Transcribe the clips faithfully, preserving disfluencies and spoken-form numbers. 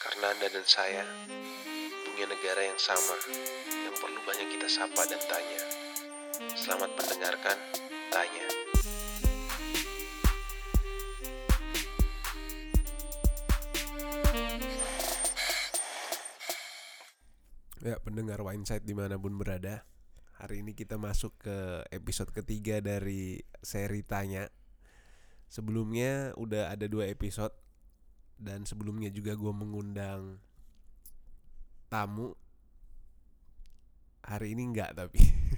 Karena Anda dan saya punya negara yang sama, yang perlu banyak kita sapa dan tanya. Selamat mendengarkan Tanya. Ya, pendengar Wineside dimanapun berada, hari ini kita masuk ke episode ketiga dari seri Tanya. Sebelumnya udah ada dua episode, dan sebelumnya juga gue mengundang tamu. Hari ini enggak tapi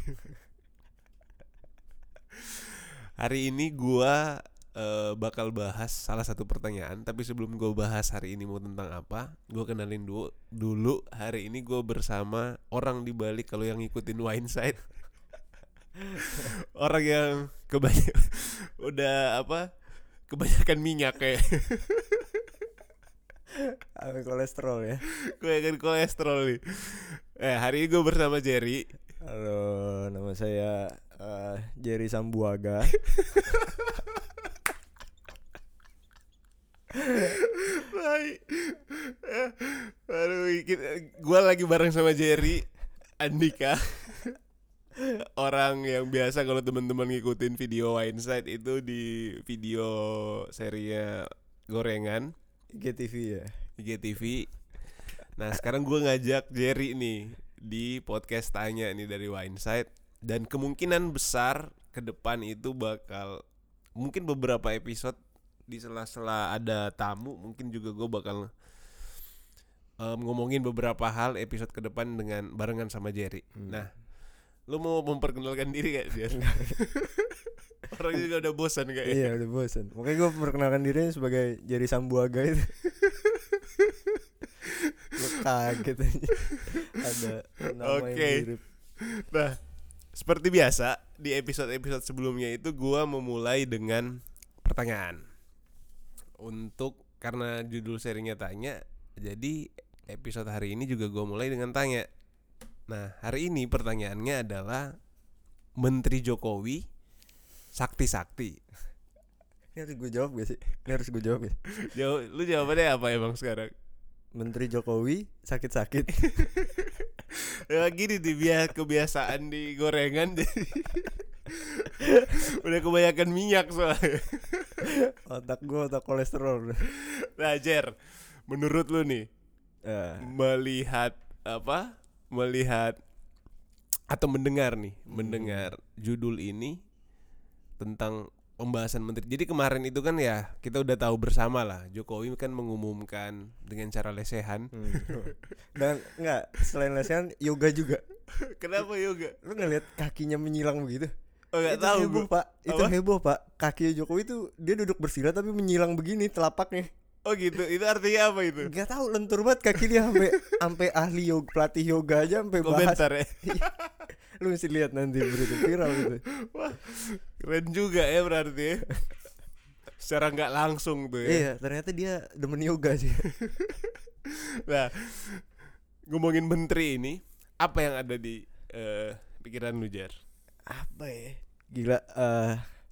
hari ini gue uh, bakal bahas salah satu pertanyaan. Tapi sebelum gue bahas hari ini mau tentang apa, gue kenalin dulu. Dulu hari ini gue bersama orang di balik kalau yang ngikutin Wineside. Orang yang kebanyakan udah apa? Kebanyakan minyak kayak. Ada kolesterol ya. Kebanyakan kolesterol nih. Eh, hari ini gue bersama Jerry. Halo, nama saya uh, Jerry Sambuaga. Baik. Aduh, gue lagi bareng sama Jerry Andika. Orang yang biasa kalau teman-teman ngikutin video Wineside itu di video serinya Gorengan I G T V ya. I G T V. Nah, sekarang gue ngajak Jerry nih di podcast Tanya nih dari Wineside. Dan kemungkinan besar ke depan itu bakal mungkin beberapa episode di sela-sela ada tamu, mungkin juga gue bakal um, ngomongin beberapa hal episode ke depan dengan barengan sama Jerry. Hmm. Nah, lu mau memperkenalkan diri gak Jer? Orang juga udah bosan kayaknya. Iya udah bosan. Makanya gue memperkenalkan diri sebagai Jerry Sambuaga itu. Gue kaget aja ada nama okay. yang mirip. Nah, seperti biasa di episode-episode sebelumnya itu gue memulai dengan pertanyaan. Untuk karena judul serinya Tanya, jadi episode hari ini juga gue mulai dengan tanya. Nah, hari ini pertanyaannya adalah Menteri Jokowi sakti-sakti. Ini harus gue jawab gak sih? Ini harus gue jawab ya? Jawab, lu jawabannya apa emang sekarang? Menteri Jokowi sakit-sakit. Ya gini nih, biar kebiasaan di gorengan jadi udah kebanyakan minyak soalnya. Otak gue otak kolesterol. Nah Jer, menurut lu nih uh. Melihat apa? Melihat atau mendengar nih hmm. Mendengar judul ini tentang pembahasan menteri. Jadi kemarin itu kan ya kita udah tahu bersama lah, Jokowi kan mengumumkan dengan cara lesehan. hmm. Dan enggak, selain lesehan yoga juga. Kenapa yoga? Lu gak lihat kakinya menyilang begitu? Oh gak tahu heboh gua. Pak. Itu apa? Heboh Pak. Kaki Jokowi itu dia duduk bersila tapi menyilang begini telapaknya. Oh gitu. Itu artinya apa itu? Gak tahu, lentur banget kaki dia sampai sampai ahli yoga, pelatih yoga aja sampai bahas. Komentar ya. Lu mesti lihat nanti berita viral gitu. Wah, keren juga ya berarti ya. Secara gak langsung tuh ya. Iya, ternyata dia demen yoga sih. Nah, ngomongin menteri ini, apa yang ada di uh, pikiran lu Jar? Apa ya? Gila, uh,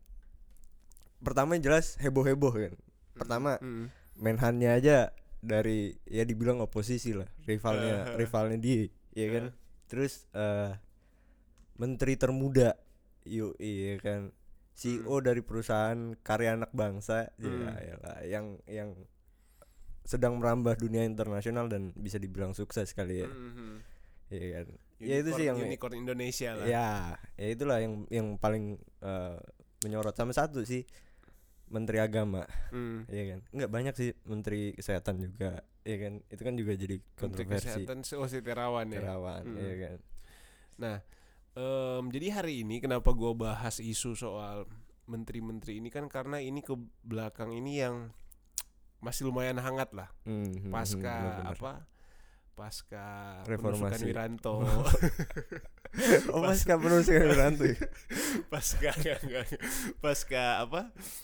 pertama yang jelas heboh-heboh kan. Pertama mm-hmm. Menhannya aja dari ya dibilang oposisi lah, rivalnya uh, rivalnya dia, ya kan. Uh. Terus uh, menteri termuda, yuk iya kan, C E O hmm. dari perusahaan karya anak bangsa, hmm. ya, yalah, yang yang sedang merambah dunia internasional dan bisa dibilang sukses kali ya, hmm. ya kan. Unicorn, ya itu sih yang unicorn Indonesia lah. Ya, ya itulah yang yang paling uh, menyorot. Sama satu sih Menteri Agama, hmm. ya kan. Enggak banyak sih, Menteri Kesehatan juga, ya kan. Itu kan juga jadi kontroversi. Menteri Kesehatan oh, si Terawan ya. Terawan, hmm. ya kan. Nah, um, jadi hari ini kenapa gue bahas isu soal menteri-menteri ini kan karena ini ke belakang ini yang masih lumayan hangat lah, hmm, pasca hmm, apa? Pasca penusukan Wiranto. Oh, pasca penusukan Wiranto. Pasca enggak, pasca apa?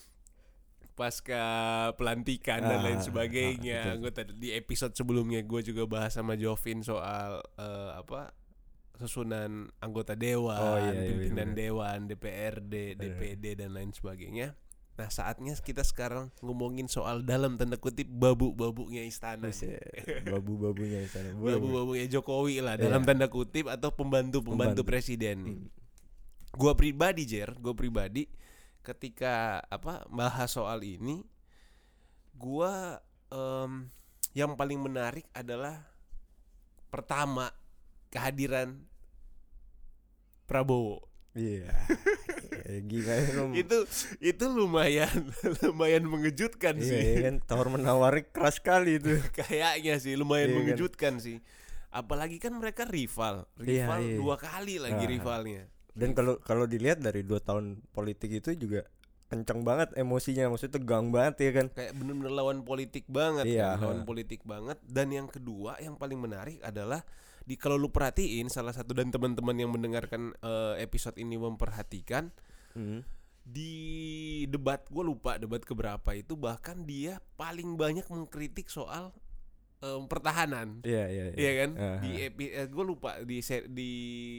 Pasca pelantikan ah, dan lain sebagainya. Ah, gue tadi di episode sebelumnya gue juga bahas sama Jovin soal uh, apa? Susunan anggota dewan, oh, iya, iya, pimpinan iya. dewan, D P R D, D P D dan lain sebagainya. Nah saatnya kita sekarang ngomongin soal dalam tanda kutip babu-babunya istana. Babu-babunya istana. Babu-babunya Jokowi lah dalam yeah. tanda kutip, atau pembantu-pembantu presiden. Hmm. Gua pribadi Jer, gua pribadi ketika apa bahas soal ini, gua um, yang paling menarik adalah pertama kehadiran Prabowo. Iya. Gimana itu itu lumayan lumayan mengejutkan iya, sih. Iya kan, tawar menawar keras sekali itu. Kayaknya sih lumayan iya, mengejutkan kan? sih. Apalagi kan mereka rival, rival iya, iya. dua kali lagi nah, rivalnya. Dan kalau kalau dilihat dari dua tahun politik itu juga kenceng banget emosinya, maksudnya tegang banget ya kan. Kayak bener-bener lawan politik banget iya, kan, lawan politik banget. Dan yang kedua yang paling menarik adalah di kalau lu perhatiin salah satu dan teman-teman yang mendengarkan uh, episode ini memperhatikan hmm. di debat, gue lupa debat keberapa itu, bahkan dia paling banyak mengkritik soal um, pertahanan. Iya iya. Iya kan? Uh-huh. Di epi, eh, gue lupa di di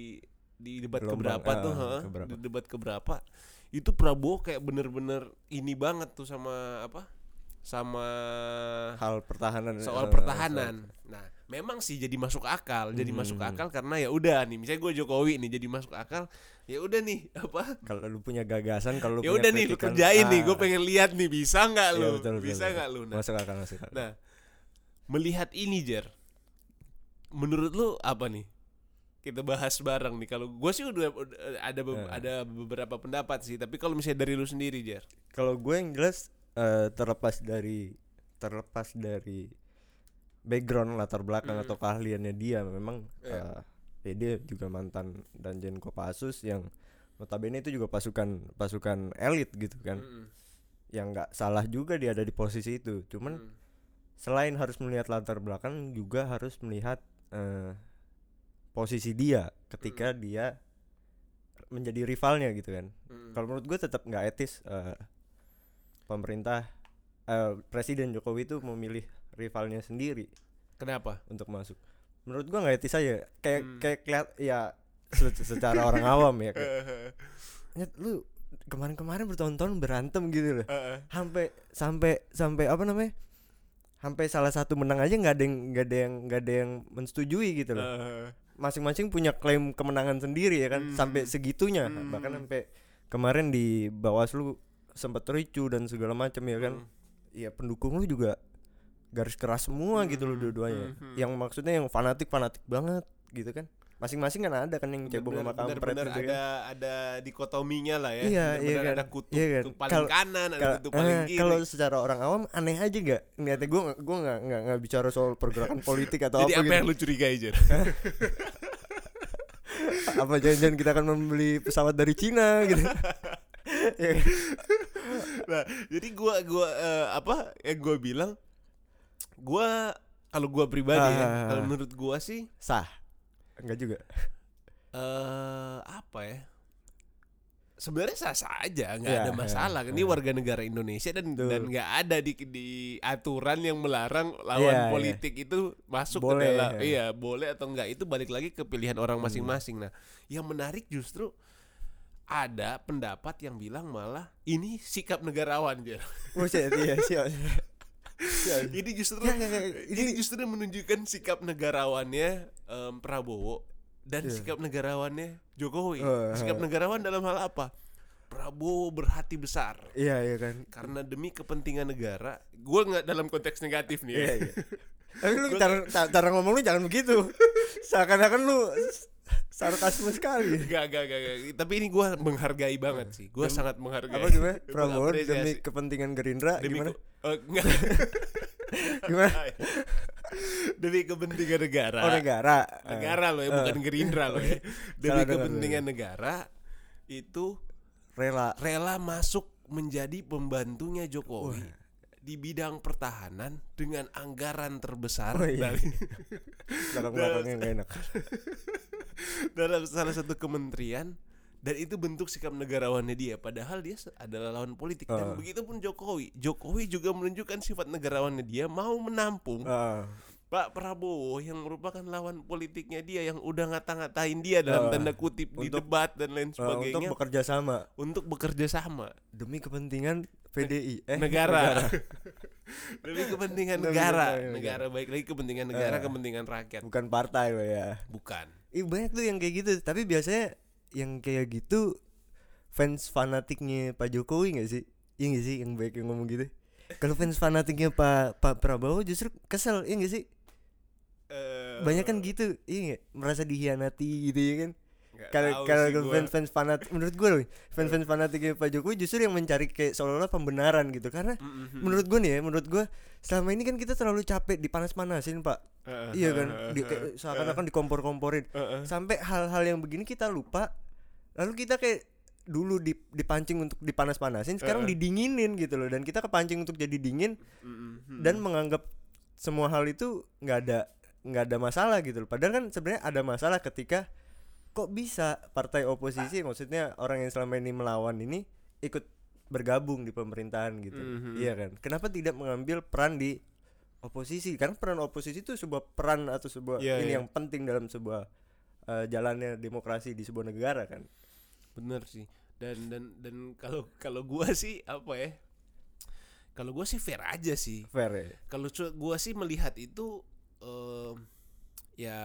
di debat Gelombang, keberapa uh, tuh, huh? keberapa. Di debat keberapa itu Prabowo kayak bener-bener ini banget tuh sama apa? Sama hal pertahanan, soal pertahanan. Nah, memang sih jadi masuk akal, jadi hmm. masuk akal karena ya udah nih, misalnya gue Jokowi nih jadi masuk akal, ya udah nih apa? Kalau lu punya gagasan, kalau lu ya udah nih lu kerjain ah. nih, gue pengen lihat nih bisa nggak lu, ya, betul, bisa nggak lu? Nah, masuk akal, masuk akal. Nah, melihat ini Jer, menurut lu apa nih? Kita bahas bareng nih. Kalau gue sih udah, udah ada be- yeah. ada beberapa pendapat sih, tapi kalau misalnya dari lu sendiri Jer, kalau gue yang jelas uh, terlepas dari terlepas dari background latar belakang mm. atau keahliannya dia, memang yeah. uh, ya dia juga mantan Danjen Kopassus yang notabene itu juga pasukan pasukan elit gitu kan, mm. yang nggak salah juga dia ada di posisi itu. Cuman mm. selain harus melihat latar belakang, juga harus melihat uh, posisi dia ketika mm. dia menjadi rivalnya gitu kan. Mm. Kalau menurut gue tetap nggak etis uh, pemerintah uh, Presiden Jokowi itu memilih rivalnya sendiri. Kenapa? Untuk masuk. Menurut gua nggak etis aja. Kayak hmm. kayak keliat ya secara orang awam ya. Kayak, nyet, lu kemarin-kemarin bertahun-tahun berantem gitu loh. Sampai sampai sampai apa namanya? Sampai salah satu menang aja nggak ada yang nggak ada yang nggak ada yang mensetujui gitu loh. Masing-masing punya klaim kemenangan sendiri ya kan. Hmm. Sampai segitunya. Hmm. Bahkan sampai kemarin di Bawaslu sempat ricu dan segala macam ya kan. Ya hmm. pendukung lu juga garis keras semua hmm, gitu loh dua-duanya. Hmm, hmm. Yang maksudnya yang fanatik-fanatik banget gitu kan. Masing-masing kan ada kan yang cebong sama kampret gitu ada, kan. Ada dikotominya lah ya. Iya, iya kan. Ada kutub, iya kan. kutub paling kalo, kanan, ada kalo, kutub paling eh, kiri. Kalau secara orang awam aneh aja gak? Niatnya gue gue nggak nggak nggak bicara soal pergerakan politik atau jadi apa. Jadi apa gitu. yang lu curigai aja? Apa jangan-jangan kita akan membeli pesawat dari Cina gitu? Nah, jadi gue gue uh, apa yang gue bilang, gue kalau gue pribadi ah, ya, kalau menurut gue sih sah, enggak juga. Uh, apa ya? Sebenarnya sah-sah aja, nggak ya, ada masalah. Ya, Ini ya. warga negara Indonesia dan Tuh. dan nggak ada di, di aturan yang melarang lawan ya, politik ya. itu masuk boleh, ke dalam. Ya. Iya, boleh atau enggak itu balik lagi ke pilihan orang masing-masing. Nah, yang menarik justru ada pendapat yang bilang malah ini sikap negarawan aja. Oh, iya sih. Ini justru ya, ya, ya. ini justru menunjukkan sikap negarawannya um, Prabowo dan yeah. sikap negarawannya Jokowi. Uh, sikap negarawan dalam hal apa? Prabowo berhati besar. Iya iya kan. Karena demi kepentingan negara. Gue nggak dalam konteks negatif nih. Ya. Iya, iya. Tapi lu cara, cara ngomong lu jangan begitu. Seakan-akan lu sarkasme sekali. Gak, gak, gak, gak. Tapi ini gue menghargai banget sih. Gue sangat menghargai. Apa gimana? Prabowo demi kepentingan Gerindra demi gimana? Ke, oh, enggak. Gimana? Demi kepentingan negara. Oh negara. Negara loh ya, bukan uh. Gerindra loh ya. Demi kepentingan negara itu rela rela masuk menjadi pembantunya Jokowi. Uh. Di bidang pertahanan dengan anggaran terbesar oh, iya. dari belakang-belakangnya nggak enak dalam salah satu kementerian, dan itu bentuk sikap negarawannya dia, padahal dia adalah lawan politik. uh. Dan begitupun Jokowi Jokowi juga menunjukkan sifat negarawannya dia, mau menampung uh. Pak Prabowo yang merupakan lawan politiknya dia, yang udah ngata-ngatain dia dalam uh. tanda kutip untuk, di debat dan lain sebagainya, uh, untuk bekerja sama untuk bekerja sama demi kepentingan P D I eh negara. Lebih kepentingan negara, Negara. negara baik lagi kepentingan negara, Eh. kepentingan rakyat. Bukan partai lo ya. Bukan. Ih banyak tuh yang kayak gitu. Tapi biasanya yang kayak gitu fans fanatiknya Pak Jokowi nggak sih? Iya nggak sih yang baik yang ngomong gitu. Kalau fans fanatiknya Pak Pak Prabowo justru kesel, iya nggak sih? Uh, Banyak kan gitu, iya nggak? Merasa dihianati gitu ya kan? nggak Kalau tahu kalau sih gua. fans-fans fanatik, menurut gue loh, fans-fans fanatiknya Pak Jokowi justru yang mencari kayak seolah-olah pembenaran gitu. Karena Mm-hmm. menurut gue nih ya, menurut gue selama ini kan kita terlalu capek dipanas-panasin Pak. Uh, Iya kan, uh, di, kayak seakan-akan dikompor-komporin. uh, uh. Sampai hal-hal yang begini kita lupa. Lalu kita kayak dulu dip, dipancing untuk dipanas-panasin, sekarang Uh-uh. didinginin gitu loh. Dan kita kepancing untuk jadi dingin Mm-hmm. dan menganggap semua hal itu nggak ada nggak ada masalah gitu loh. Padahal kan sebenarnya ada masalah ketika kok bisa partai oposisi, maksudnya orang yang selama ini melawan ini ikut bergabung di pemerintahan gitu. Mm-hmm. Iya kan? Kenapa tidak mengambil peran di oposisi? Karena peran oposisi itu sebuah peran atau sebuah yeah, ini yeah. yang penting dalam sebuah uh, jalannya demokrasi di sebuah negara kan. Bener sih. Dan dan dan kalau kalau gua sih apa ya? Kalau gua sih fair aja sih. Fair ya. Kalau gua sih melihat itu uh, ya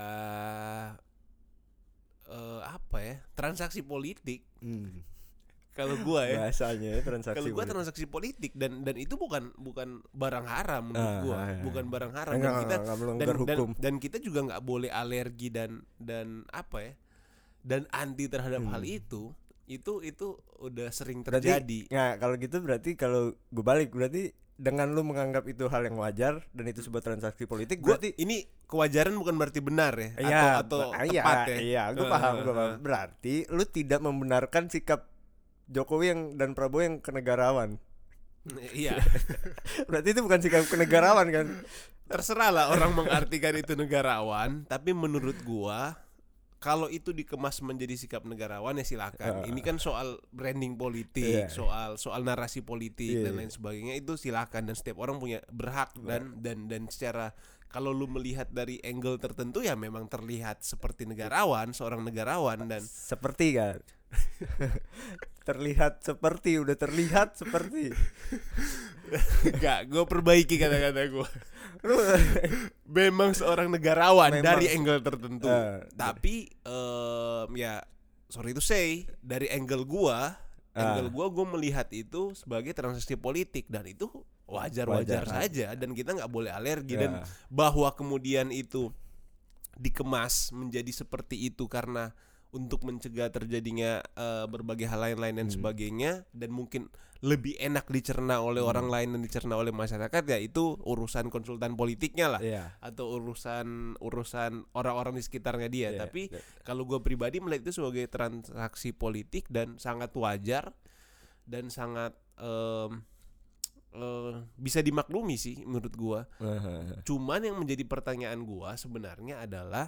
uh, apa ya? Transaksi politik. Hmm. Kalau gua ya. Bahasanya ya, transaksi. Kalau gua politik. transaksi politik dan dan itu bukan bukan barang haram menurut Ah, gua, ah, ah. bukan barang haram Enggak, dan kita enggak, enggak dan, melanggar dan hukum. dan kita juga nggak boleh alergi dan dan apa ya? Dan anti terhadap Hmm. hal itu. Itu itu udah sering Berarti, terjadi. nah kalau gitu berarti kalau gue balik berarti dengan lu menganggap itu hal yang wajar dan itu sebuah transaksi politik, Gua, berarti ini kewajaran bukan berarti benar ya, iya, atau atau ba- tepat iya, ya. Iya, gue Uh, paham, gue uh, paham. uh. Berarti lu tidak membenarkan sikap Jokowi yang dan Prabowo yang kenegarawan. Iya. Berarti itu bukan sikap kenegarawan kan? Terserah lah orang mengartikan itu negarawan, tapi menurut gua kalau itu dikemas menjadi sikap negarawan ya silakan. Uh. Ini kan soal branding politik, Iya. soal soal narasi politik Iya, dan iya. lain sebagainya, itu silakan dan setiap orang punya berhak dan dan dan secara kalau lu melihat dari angle tertentu ya memang terlihat seperti negarawan, seorang negarawan dan Seperti kan? Terlihat seperti, udah terlihat seperti. enggak, gue perbaiki kata-kata gue. Lu Memang seorang negarawan Memang dari se- angle tertentu. Eh, Tapi em, ya sorry to say, dari angle gua, angle Ah. gua gua melihat itu sebagai transaksi politik dan itu wajar-wajar Wajar saja dan kita nggak boleh alergi Ya. dan bahwa kemudian itu dikemas menjadi seperti itu karena untuk mencegah terjadinya eh, berbagai hal lain-lain dan Hmm. sebagainya dan mungkin lebih enak dicerna oleh Hmm. orang lain dan dicerna oleh masyarakat, ya itu urusan konsultan politiknya lah Iya. atau urusan urusan orang-orang di sekitarnya dia. Iya, Tapi iya. kalau gue pribadi melihat itu sebagai transaksi politik dan sangat wajar dan sangat em, eh, bisa dimaklumi sih menurut gue. Cuman yang menjadi pertanyaan gue sebenarnya adalah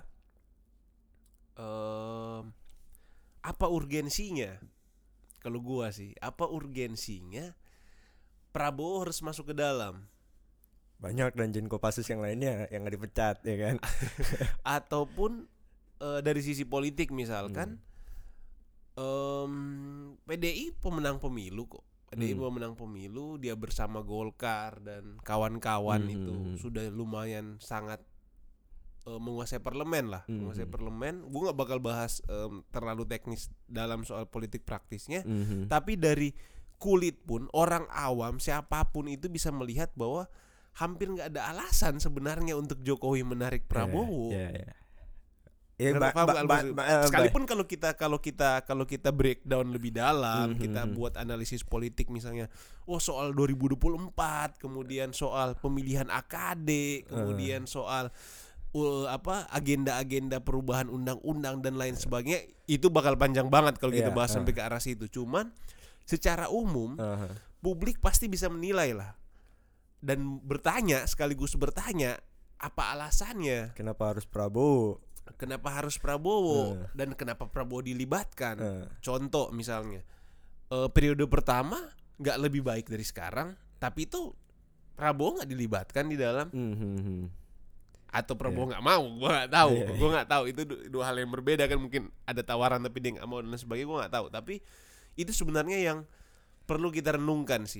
em, apa urgensinya? Kalau gue sih, apa urgensinya Prabowo harus masuk ke dalam? Banyak dan Jen Kopassus yang lainnya yang nggak dipecat ya kan? Ataupun eh, dari sisi politik misalkan em, P D I pemenang pemilu kok. P D I Hmm. pemenang pemilu, dia bersama Golkar dan kawan-kawan Hmm. itu sudah lumayan sangat eh, menguasai parlemen lah, Hmm. menguasai parlemen. Gue nggak bakal bahas em, terlalu teknis dalam soal politik praktisnya, Mhm. tapi dari kulit pun orang awam siapapun itu bisa melihat bahwa hampir nggak ada alasan sebenarnya untuk Jokowi menarik Prabowo. Iya, iya. Ya, Nggak ba- paham ba- nggak ba- maksud- ba- eh, sekalipun kalau kita kalau kita kalau kita breakdown lebih dalam, Mhm. kita buat analisis politik misalnya, oh soal dua ribu dua puluh empat, kemudian soal pemilihan A K D, kemudian soal uh, apa agenda-agenda perubahan undang-undang dan lain sebagainya, itu bakal panjang banget kalau kita Iya, bahas uh. sampai ke arah situ. Cuman secara umum Aha. publik pasti bisa menilai lah dan bertanya sekaligus bertanya apa alasannya, Kenapa harus Prabowo? kenapa harus Prabowo Uh. dan kenapa Prabowo dilibatkan. Uh. Contoh misalnya eh, periode pertama nggak lebih baik dari sekarang, tapi itu Prabowo nggak dilibatkan di dalam, Mhm. atau Prabowo nggak mau, gue nggak tahu, Iya, iya. gue nggak tahu itu du- dua hal yang berbeda kan, mungkin ada tawaran tapi dia nggak mau dan lain sebagainya, gue nggak tahu. Tapi itu sebenarnya yang perlu kita renungkan sih.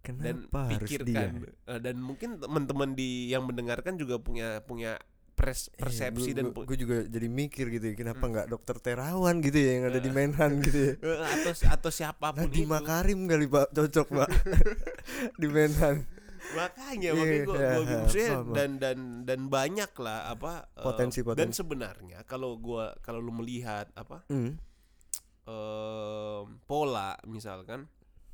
dan Kenapa harus pikirkan dia? Eh, dan mungkin teman-teman di yang mendengarkan juga punya punya pres, persepsi eh, dan gue pu- juga jadi mikir gitu ya, kenapa nggak dokter Terawan gitu ya yang ada di Menhan gitu ya. Eh, atau atau siapapun Nadiem itu. Makarim kali Pak cocok Pak di Menhan. Makanya Iya, makanya gue iya, gue iya, maksudnya paham, paham. dan dan dan banyak lah apa eh, Potensi-potensi. dan sebenarnya kalau gue kalau lu melihat apa Hmm. eh, pola misalkan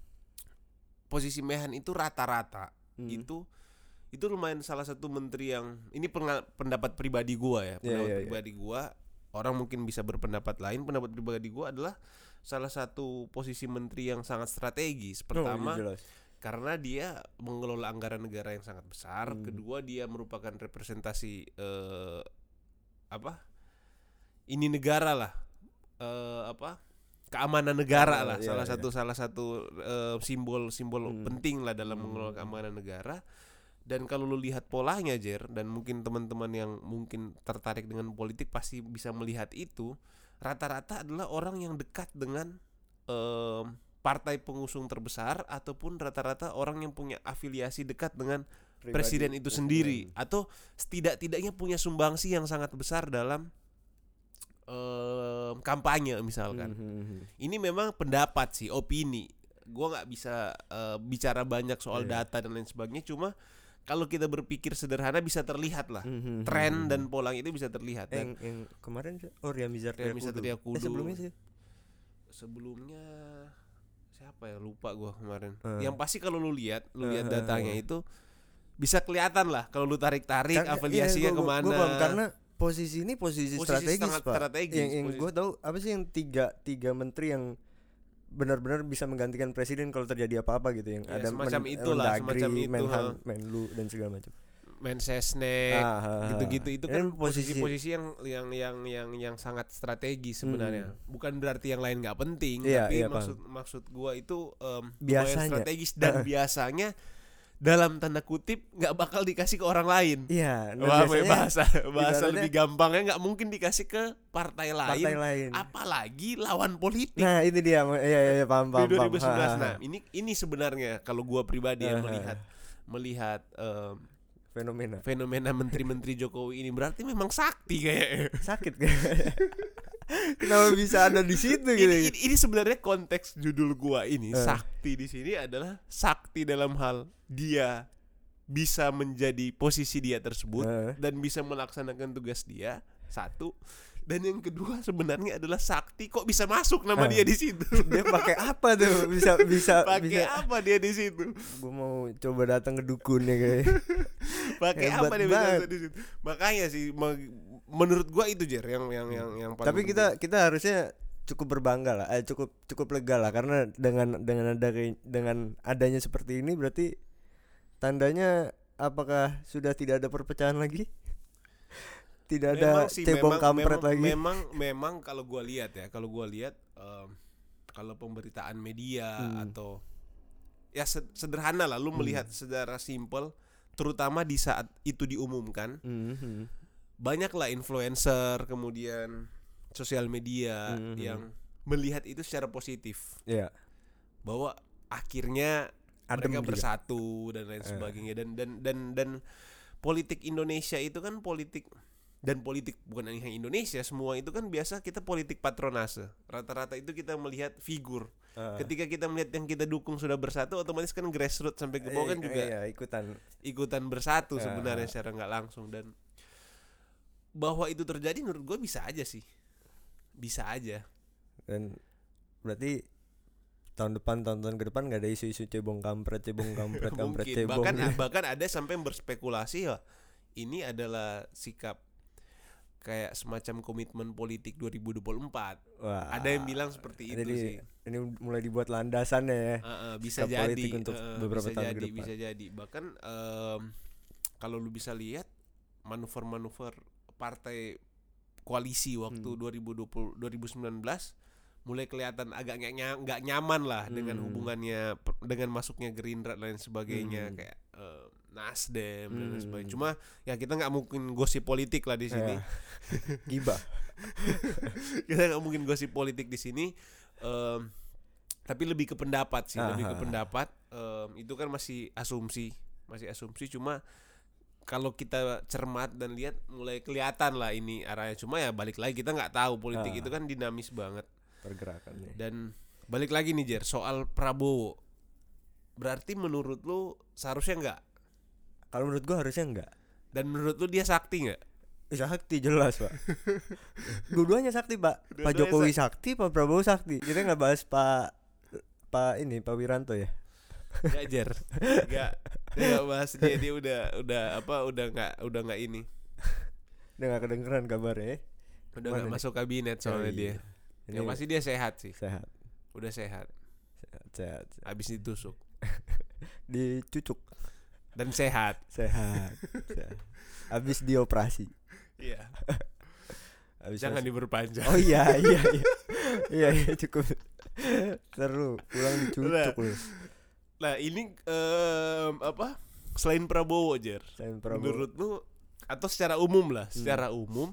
posisi Mehan itu rata-rata Hmm. itu itu lumayan salah satu menteri yang ini penga- pendapat pribadi gua ya Iya, pendapat iya, iya. pribadi gua orang mungkin bisa berpendapat lain pendapat pribadi gua adalah salah satu posisi menteri yang sangat strategis. Pertama Oh, iya jelas. karena dia mengelola anggaran negara yang sangat besar. Hmm. Kedua dia merupakan representasi eh, apa ini negara lah eh, apa keamanan negara Ah, lah iya, salah iya. satu salah satu eh, simbol simbol Hmm. penting lah dalam mengelola keamanan negara. Dan kalau lu lihat polanya Jer, dan mungkin teman-teman yang mungkin tertarik dengan politik pasti bisa melihat itu, rata-rata adalah orang yang dekat dengan eh, partai pengusung terbesar ataupun rata-rata orang yang punya afiliasi dekat dengan Pribadi, presiden itu presiden. sendiri atau setidak-tidaknya punya sumbangsi yang sangat besar dalam eh, kampanye misalkan. Hmm. Ini memang pendapat sih, opini. Gua nggak bisa eh, bicara banyak soal Iya. data dan lain sebagainya. Cuma kalau kita berpikir sederhana bisa terlihat lah Hmm. tren dan pola itu bisa terlihat. yang, Dan yang kemarin oh Riamizar Riamizar Triakudu. Eh, sebelumnya sih. sebelumnya siapa ya lupa gua kemarin. Uh. Yang pasti kalau lu lihat, lu Uh, lihat uh, datanya uh. itu bisa kelihatan lah kalau lu tarik-tarik Karena- afiliasinya iya, gua- gua- kemana. gua paham, karena posisi ini posisi, Posisi strategis sangat Pak. strategis, Yang, yang posisi- gue tahu apa sih yang tiga tiga menteri yang benar-benar bisa menggantikan presiden kalau terjadi apa-apa gitu, yang Ya, ada semacam men- itulah, Mendagri, semacam itu, Menhan, ha. Menlu dan segala macam. Mensesnek Ah, ah, ah. gitu-gitu itu Ini kan posisi- posisi-posisi yang yang yang yang yang sangat strategis sebenarnya. Bukan berarti yang lain nggak penting, Iya, tapi iya, maksud maksud gua itu um, lumayan Biasanya. strategis dan biasanya dalam tanda kutip nggak bakal dikasih ke orang lain. Iya, dan Wah, biasanya bahasa bahasa ibaratnya- lebih gampangnya nggak mungkin dikasih ke partai lain, partai lain. apalagi lawan politik. Nah, itu dia. Iya, iya, iya, paham, Di paham, dua ribu paham. sebelas. Ha, ha, Nah, ha. ini ini sebenarnya kalau gua pribadi yang Ha, ha. melihat melihat um, Fenomena fenomena menteri-menteri Jokowi ini berarti memang sakti kayaknya. sakit kan? Kenapa bisa ada di situ gitu? Ini, ini, ini sebenarnya konteks judul gua ini Eh. sakti di sini adalah sakti dalam hal dia bisa menjadi posisi dia tersebut Eh. dan bisa melaksanakan tugas dia satu, dan yang kedua sebenarnya adalah sakti kok bisa masuk nama Eh. dia di situ. Dia pakai apa tuh? Bisa bisa Pakai bisa. apa dia di situ? Gue mau coba datang ke dukun ya kayak. Pakai Hebat apa dia bisa banget. masuk di situ? Makanya sih me- menurut gua itu Jer yang yang yang yang paling Tapi kita kita harusnya cukup berbangga lah, eh, cukup cukup lega lah, karena dengan dengan ada dengan adanya seperti ini berarti tandanya apakah sudah tidak ada perpecahan lagi? Tidak ada Memang sih, cebong memang- kampret memang, lagi. Memang memang kalau gua lihat ya, kalau gua lihat em, kalau pemberitaan media Hmm. atau ya sed- sederhana lah lu melihat secara simpel, terutama di saat itu diumumkan, Mhm. banyaklah influencer kemudian sosial media Mhm. yang melihat itu secara positif Iya. bahwa akhirnya Adem mereka juga. bersatu dan lain Eh. sebagainya, dan dan dan dan politik Indonesia itu kan politik, dan politik bukan hanya Indonesia, semua itu kan biasa kita politik patronase. Rata-rata itu kita melihat figur. Ah. Ketika kita melihat yang kita dukung sudah bersatu, otomatis kan grassroots sampai ke bawah kan Eh, juga iya, ikutan. ikutan bersatu Ah. sebenarnya secara nggak langsung. Dan bahwa itu terjadi menurut gue bisa aja sih, bisa aja. Dan berarti tahun depan tahun-tahun ke depan nggak ada isu-isu cebong kampret cebong kampret kampret Mungkin cebong. bahkan bahkan ada sampai yang berspekulasi ya ini adalah sikap kayak semacam komitmen politik dua ribu dua puluh empat. Wah, Ada yang bilang seperti itu jadi sih. ini mulai dibuat landasannya ya. Uh, uh, bisa sikap jadi politik untuk uh, beberapa bisa tahun ke jadi, depan. bisa jadi. Bahkan um, kalau lu bisa lihat manuver-manuver partai koalisi waktu Hmm. dua ribu dua puluh dua ribu sembilan belas mulai kelihatan agak nggak ny- nggak nyaman lah dengan Hmm. hubungannya per- dengan masuknya Gerindra dan lain sebagainya, Hmm. kayak uh, Nasdem dan lain Hmm. sebagainya. Cuma ya kita nggak mungkin gosip politik lah di sini. Ya. Gibah. Kita nggak mungkin gosip politik di sini. Um, Tapi lebih ke pendapat sih, Aha. lebih ke pendapat. Um, itu kan masih asumsi, masih asumsi. Cuma kalau kita cermat dan lihat mulai kelihatan lah ini arahnya. Cuma ya balik lagi kita nggak tahu, politik Ah. itu kan dinamis banget. Pergerakannya. Dan balik lagi nih Jer, soal Prabowo. Berarti menurut lu seharusnya nggak? Kalau menurut gua harusnya enggak. Dan menurut lu dia sakti nggak? Sakti jelas pak. Dua-duanya sakti pak. Pak Dua-duanya Jokowi sakti, Pak Prabowo sakti. Kita nggak bahas Pak Pak ini Pak Wiranto ya. Nggak Jer, nggak nggak bahas dia, dia udah udah apa udah nggak udah nggak ini, Udah nggak kedengeran kabarnya. Ya? udah Mana nggak nih? masuk kabinet soalnya Oh, dia. iya. Ini Yang pasti dia sehat sih, sehat, udah sehat. sehat, sehat, sehat. Habis ditusuk Dicucuk, dan sehat. sehat, sehat. Habis dioperasi. Iya. Habis Jangan masuk- diperpanjang. Oh iya iya iya. Iya iya cukup. Seru, pulang dicucuk lu. Nah ini em, apa? Selain Prabowo Jer, Selain Prabowo. menurut lu atau secara umum lah, secara umum.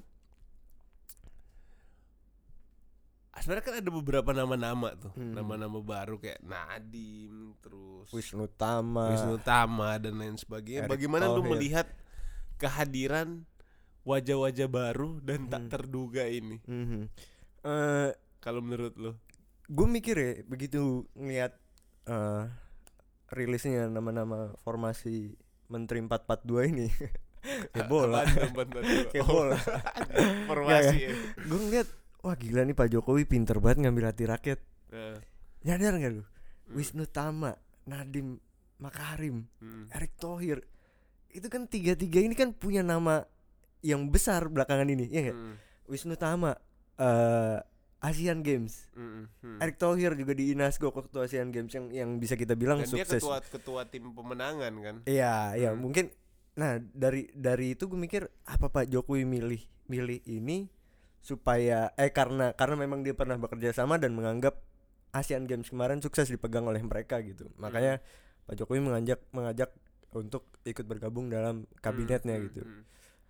Sebenarnya kan ada beberapa nama-nama tuh, Hmm. nama-nama baru kayak Nadiem, terus Wisnu Tama. Wisnu Tama dan lain sebagainya. Erick Bagaimana lu Thohir. melihat kehadiran wajah-wajah baru dan tak Hmm. terduga ini? Mhm. Eh, Kalau menurut lu? gue mikir ya begitu ngeliat eh, rilisnya nama-nama formasi Menteri empat empat dua ini. Kayak bola. Apaan tuh, empat empat dua? Kayak Oh, bola. formasi Nggak, ya. Gue ngeliat wah gila nih Pak Jokowi pinter banget ngambil hati rakyat. Nah, Nyadar gak lu? hmm, Wisnu Tama, Nadiem Makarim, hmm, Erick Thohir. Itu kan tiga-tiga ini kan punya nama yang besar belakangan ini, ya gak? hmm, Wisnu Tama eh Asian Games. hmm, hmm. Erick Thohir juga di Inasgok waktu Asian Games yang yang bisa kita bilang Dan dia sukses. ketua ketua tim pemenangan kan? Iya, iya Hmm. mungkin. Nah dari dari itu gue mikir apa Pak Jokowi milih milih ini supaya eh karena karena memang dia pernah bekerja sama dan menganggap Asian Games kemarin sukses dipegang oleh mereka gitu. Makanya Pak Jokowi mengajak mengajak untuk ikut bergabung dalam kabinetnya Hmm, gitu. hmm,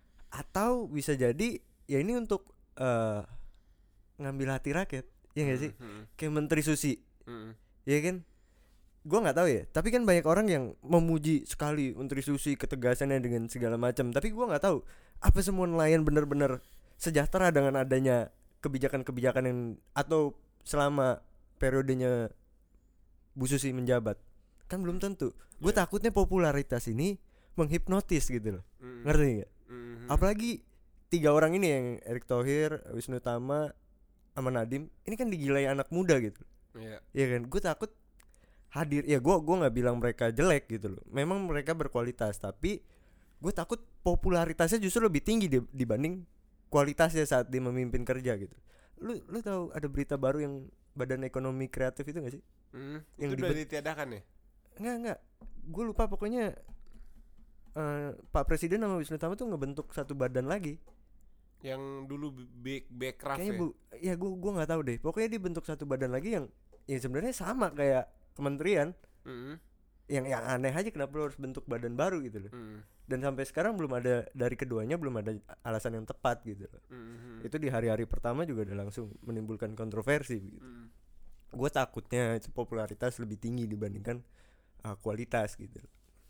Atau bisa jadi ya ini untuk eh, ngambil hati rakyat, ya nggak sih? hmm, Kayak Menteri Susi, hmm, ya kan? Gue nggak tahu ya. Tapi kan banyak orang yang memuji sekali Menteri Susi ketegasannya dengan segala macam. Tapi gue nggak tahu apa semua nelayan benar-benar sejahtera dengan adanya kebijakan-kebijakan yang atau selama periodenya Bu Susi menjabat. Kan belum tentu. Gue Iya. takutnya popularitas ini menghipnotis gitu loh. hmm, Ngerti nggak? hmm, Apalagi tiga orang ini yang Erick Thohir, Wisnu Tama, sama Nadiem, ini kan digilai anak muda gitu. iya. Iya kan? Gue takut hadir. Ya gue gua nggak bilang mereka jelek gitu loh. Memang mereka berkualitas, tapi gue takut popularitasnya justru lebih tinggi di- dibanding kualitasnya saat dia memimpin kerja gitu. Lu lu tahu ada berita baru yang Badan Ekonomi Kreatif itu gak sih? Hmm, Yang itu udah dibet- ditiadakan ya? Enggak enggak. Gue lupa pokoknya eh, Pak Presiden sama Wisnu Tama tuh ngebentuk satu badan lagi. Yang dulu Back Backcraft Kayaknya ya? bu, ya gue gua nggak tahu deh. Pokoknya dibentuk satu badan lagi yang yang sebenarnya sama kayak kementerian. Hmm, Yang yang aneh aja kenapa lu harus bentuk badan baru gitu loh. hmm, Dan sampai sekarang belum ada dari keduanya belum ada alasan yang tepat gitu loh. hmm, Itu di hari-hari pertama juga udah langsung menimbulkan kontroversi gitu. hmm. Gue takutnya itu popularitas lebih tinggi dibandingkan uh, kualitas gitu.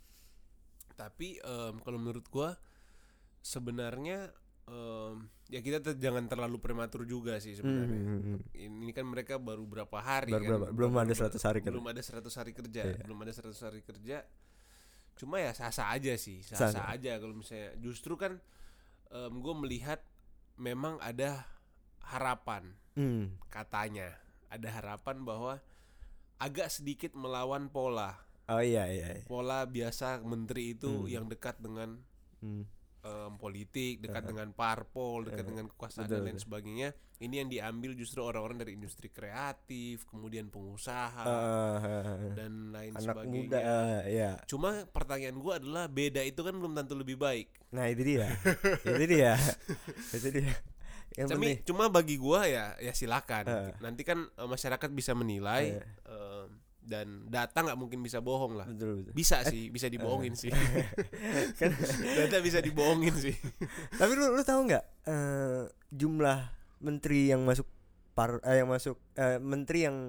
Tapi em, kalau menurut gua sebenarnya em, ya kita te- jangan terlalu prematur juga sih sebenarnya. Hmm. Ini kan mereka baru berapa hari Baru kan? berapa? Belum ada seratus hari kerja. Belum ada seratus hari kerja. Iya. Belum ada seratus hari kerja. Cuma ya sah-sah aja sih, sah-sah Sah-sah. aja kalau misalnya justru kan em, gua melihat memang ada harapan, Hmm. katanya. Ada harapan bahwa agak sedikit melawan pola. Oh iya iya. iya. Pola biasa menteri itu Hmm. yang dekat dengan Hmm. em, politik, dekat dengan parpol, dekat dengan kekuasaan Betul, dan lain betul. sebagainya. Ini yang diambil justru orang-orang dari industri kreatif, kemudian pengusaha Uh, dan lain anak sebagainya. muda uh, ya. Cuma pertanyaan gua adalah beda itu kan belum tentu lebih baik. Nah itu dia. itu dia. itu dia. Yang Cumi, penting. cuma bagi gua ya ya silakan. Uh. Nanti kan eh, masyarakat bisa menilai Iya. em, dan data nggak mungkin bisa bohong lah. Betul betul. Bisa sih, bisa dibohongin sih. Kan- Data bisa dibohongin sih. Tapi lu lu tahu nggak eh, jumlah menteri yang masuk par eh, yang masuk eh, menteri yang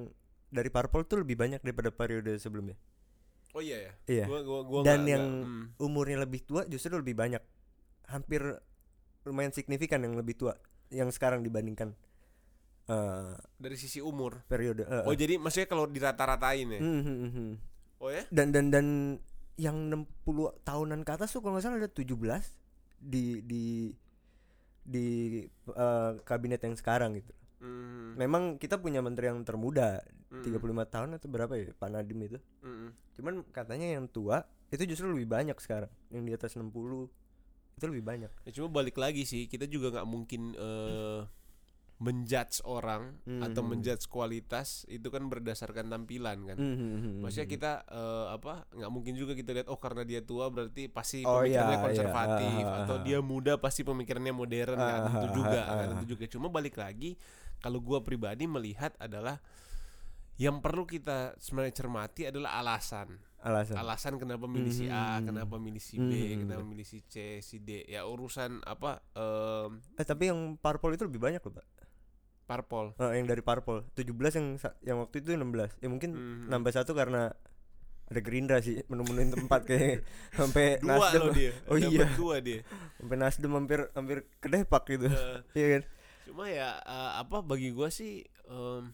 dari parpol tuh lebih banyak daripada periode sebelumnya. Oh iya ya. Iya. Gua, gua, gua Dan nggak- yang nggak, hmm. umurnya lebih tua justru lebih banyak, hampir lumayan signifikan yang lebih tua yang sekarang dibandingkan uh, dari sisi umur. periode. Uh, Oh jadi maksudnya kalau dirata-ratain ya. hmm, hmm, hmm. Oh ya? Dan dan dan yang enam puluh tahunan ke atas tuh kalau nggak salah ada tujuh belas di di di uh, kabinet yang sekarang gitu. Hmm. Memang kita punya menteri yang termuda, Hmm. tiga puluh lima tahun atau berapa ya, Pak Nadiem itu. Hmm. Cuman katanya yang tua itu justru lebih banyak sekarang, yang di atas enam puluh itu lebih banyak. Ya cuma balik lagi sih, kita juga nggak mungkin uh, menjudge orang Hmm. atau menjudge kualitas itu kan berdasarkan tampilan kan. Hmm. Maksudnya kita uh, apa nggak mungkin juga kita lihat oh karena dia tua berarti pasti Oh, pemikirannya iya, konservatif iya. Ah, atau ah, dia muda pasti pemikirannya modern. Nggak Ah, tentu ah, juga, ah, nggak ah. tentu juga. Cuma balik lagi kalau gua pribadi melihat adalah yang perlu kita sebenarnya cermati adalah alasan. Alasan. Alasan kenapa milih si A, Hmm. kenapa milih si B, Hmm. kenapa milih si C, si D. Ya urusan apa em, Eh tapi yang parpol itu lebih banyak loh, Pak. parpol. Eh, yang dari parpol tujuh belas, yang sa- yang waktu itu enam belas. Ya mungkin Hmm. nambah satu karena ada Gerindra sih menu-menuin tempat kayak sampai Dua Nasdem. loh dia. Oh Dapat iya. dua dia. Sampai Nasdem hampir hampir kedepak gitu. Eh, Iya kan? Cuma ya eh, apa bagi gua sih em,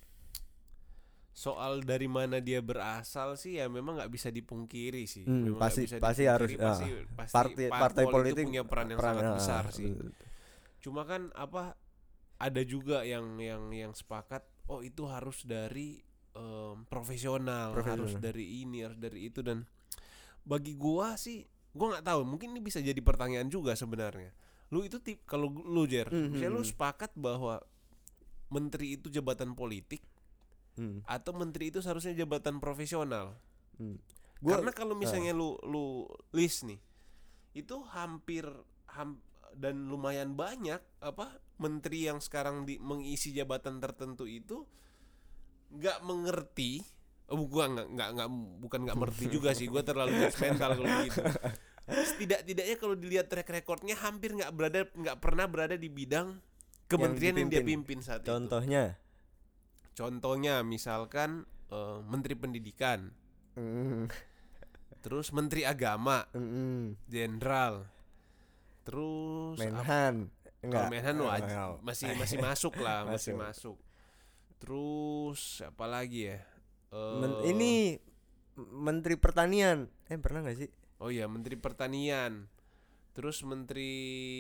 soal dari mana dia berasal sih ya memang nggak bisa dipungkiri sih. Hmm, Memang nggak pasti- bisa pasti dipungkiri. harus, pasti, ah, pasti partai- partai parpol politik itu punya peran yang peran- sangat ah, besar sih. betul. Cuma kan apa ada juga yang yang yang sepakat oh itu harus dari em, profesional, Profesional. harus dari ini, harus dari itu dan bagi gua sih gua nggak tahu mungkin ini bisa jadi pertanyaan juga sebenarnya. Lu itu tip kalau lu Jer, Mhm. misalnya lu sepakat bahwa menteri itu jabatan politik Hmm. atau menteri itu seharusnya jabatan profesional. Hmm. Gua, Karena kalau misalnya lu lu list nih, itu hampir ham, dan lumayan banyak apa menteri yang sekarang di, mengisi jabatan tertentu itu nggak mengerti. Oh, gua nggak nggak nggak bukan nggak mengerti juga sih, gua terlalu judgmental kalau gitu. Tidak-tidaknya kalau dilihat track recordnya hampir nggak berada nggak pernah berada di bidang kementerian yang, dia dipimpin. pimpin saat itu. contohnya. Contohnya misalkan eh, Menteri Pendidikan, Hmm. terus Menteri Agama, Hmm. Jenderal, terus apa- Menhan. kalau Menhan Oh, waj- enggak. masih masih masuk lah, masih Masuk. masuk. Terus apa lagi ya? Eh, Men- ini Menteri Pertanian. Eh pernah nggak sih? Oh iya Menteri Pertanian, terus Menteri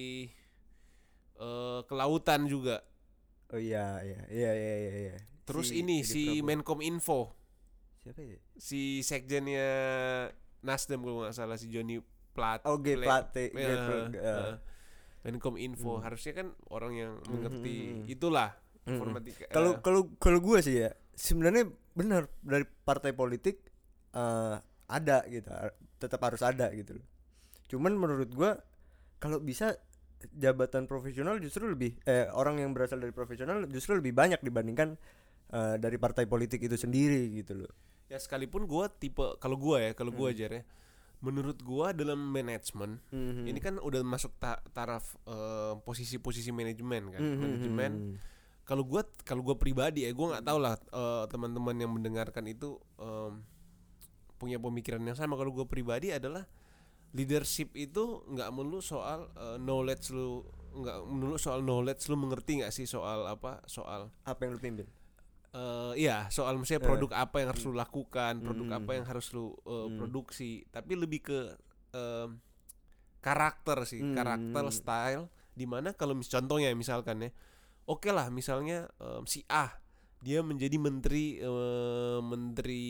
eh, Kelautan juga. Oh iya iya iya iya iya. iya. Terus Si- ini Edi si Prabowo. Menkom Info, Siapa ya? si sekjennya Nasdem kalau nggak salah si Joni Plat. Oh, G. Pla- Plate, G. Ya, Plate, ya. eh, Menkom Info Hmm. harusnya kan orang yang mengerti Hmm, hmm, hmm. itulah Hmm. informatika. Kalau eh, kalau kalau gue sih ya sebenarnya benar dari partai politik eh, ada gitu, tetap harus ada gitu loh. Cuman menurut gue kalau bisa jabatan profesional justru lebih eh orang yang berasal dari profesional justru lebih banyak dibandingkan eh, dari partai politik itu sendiri gitu loh. ya sekalipun gua tipe kalau gua ya kalau gua Hmm. aja ya menurut gua dalam manajemen Mhm. ini kan udah masuk ta- taraf eh, posisi-posisi manajemen kan Mhm. manajemen kalau gua kalau gua pribadi ya gua nggak tahu lah eh, teman-teman yang mendengarkan itu em, punya pemikiran yang sama. Kalau gua pribadi adalah leadership itu nggak melulu soal eh, knowledge lu nggak melulu soal knowledge lu mengerti nggak sih soal apa soal Apa yang lu pimpin? Eh iya, soal misalnya Eh. produk apa yang harus lu lakukan, produk Hmm. apa yang harus lu uh, Hmm. produksi, tapi lebih ke em, karakter sih, Hmm. karakter style. Dimana kalau mis contohnya misalkan ya, oke lah misalnya em, si A dia menjadi menteri em, menteri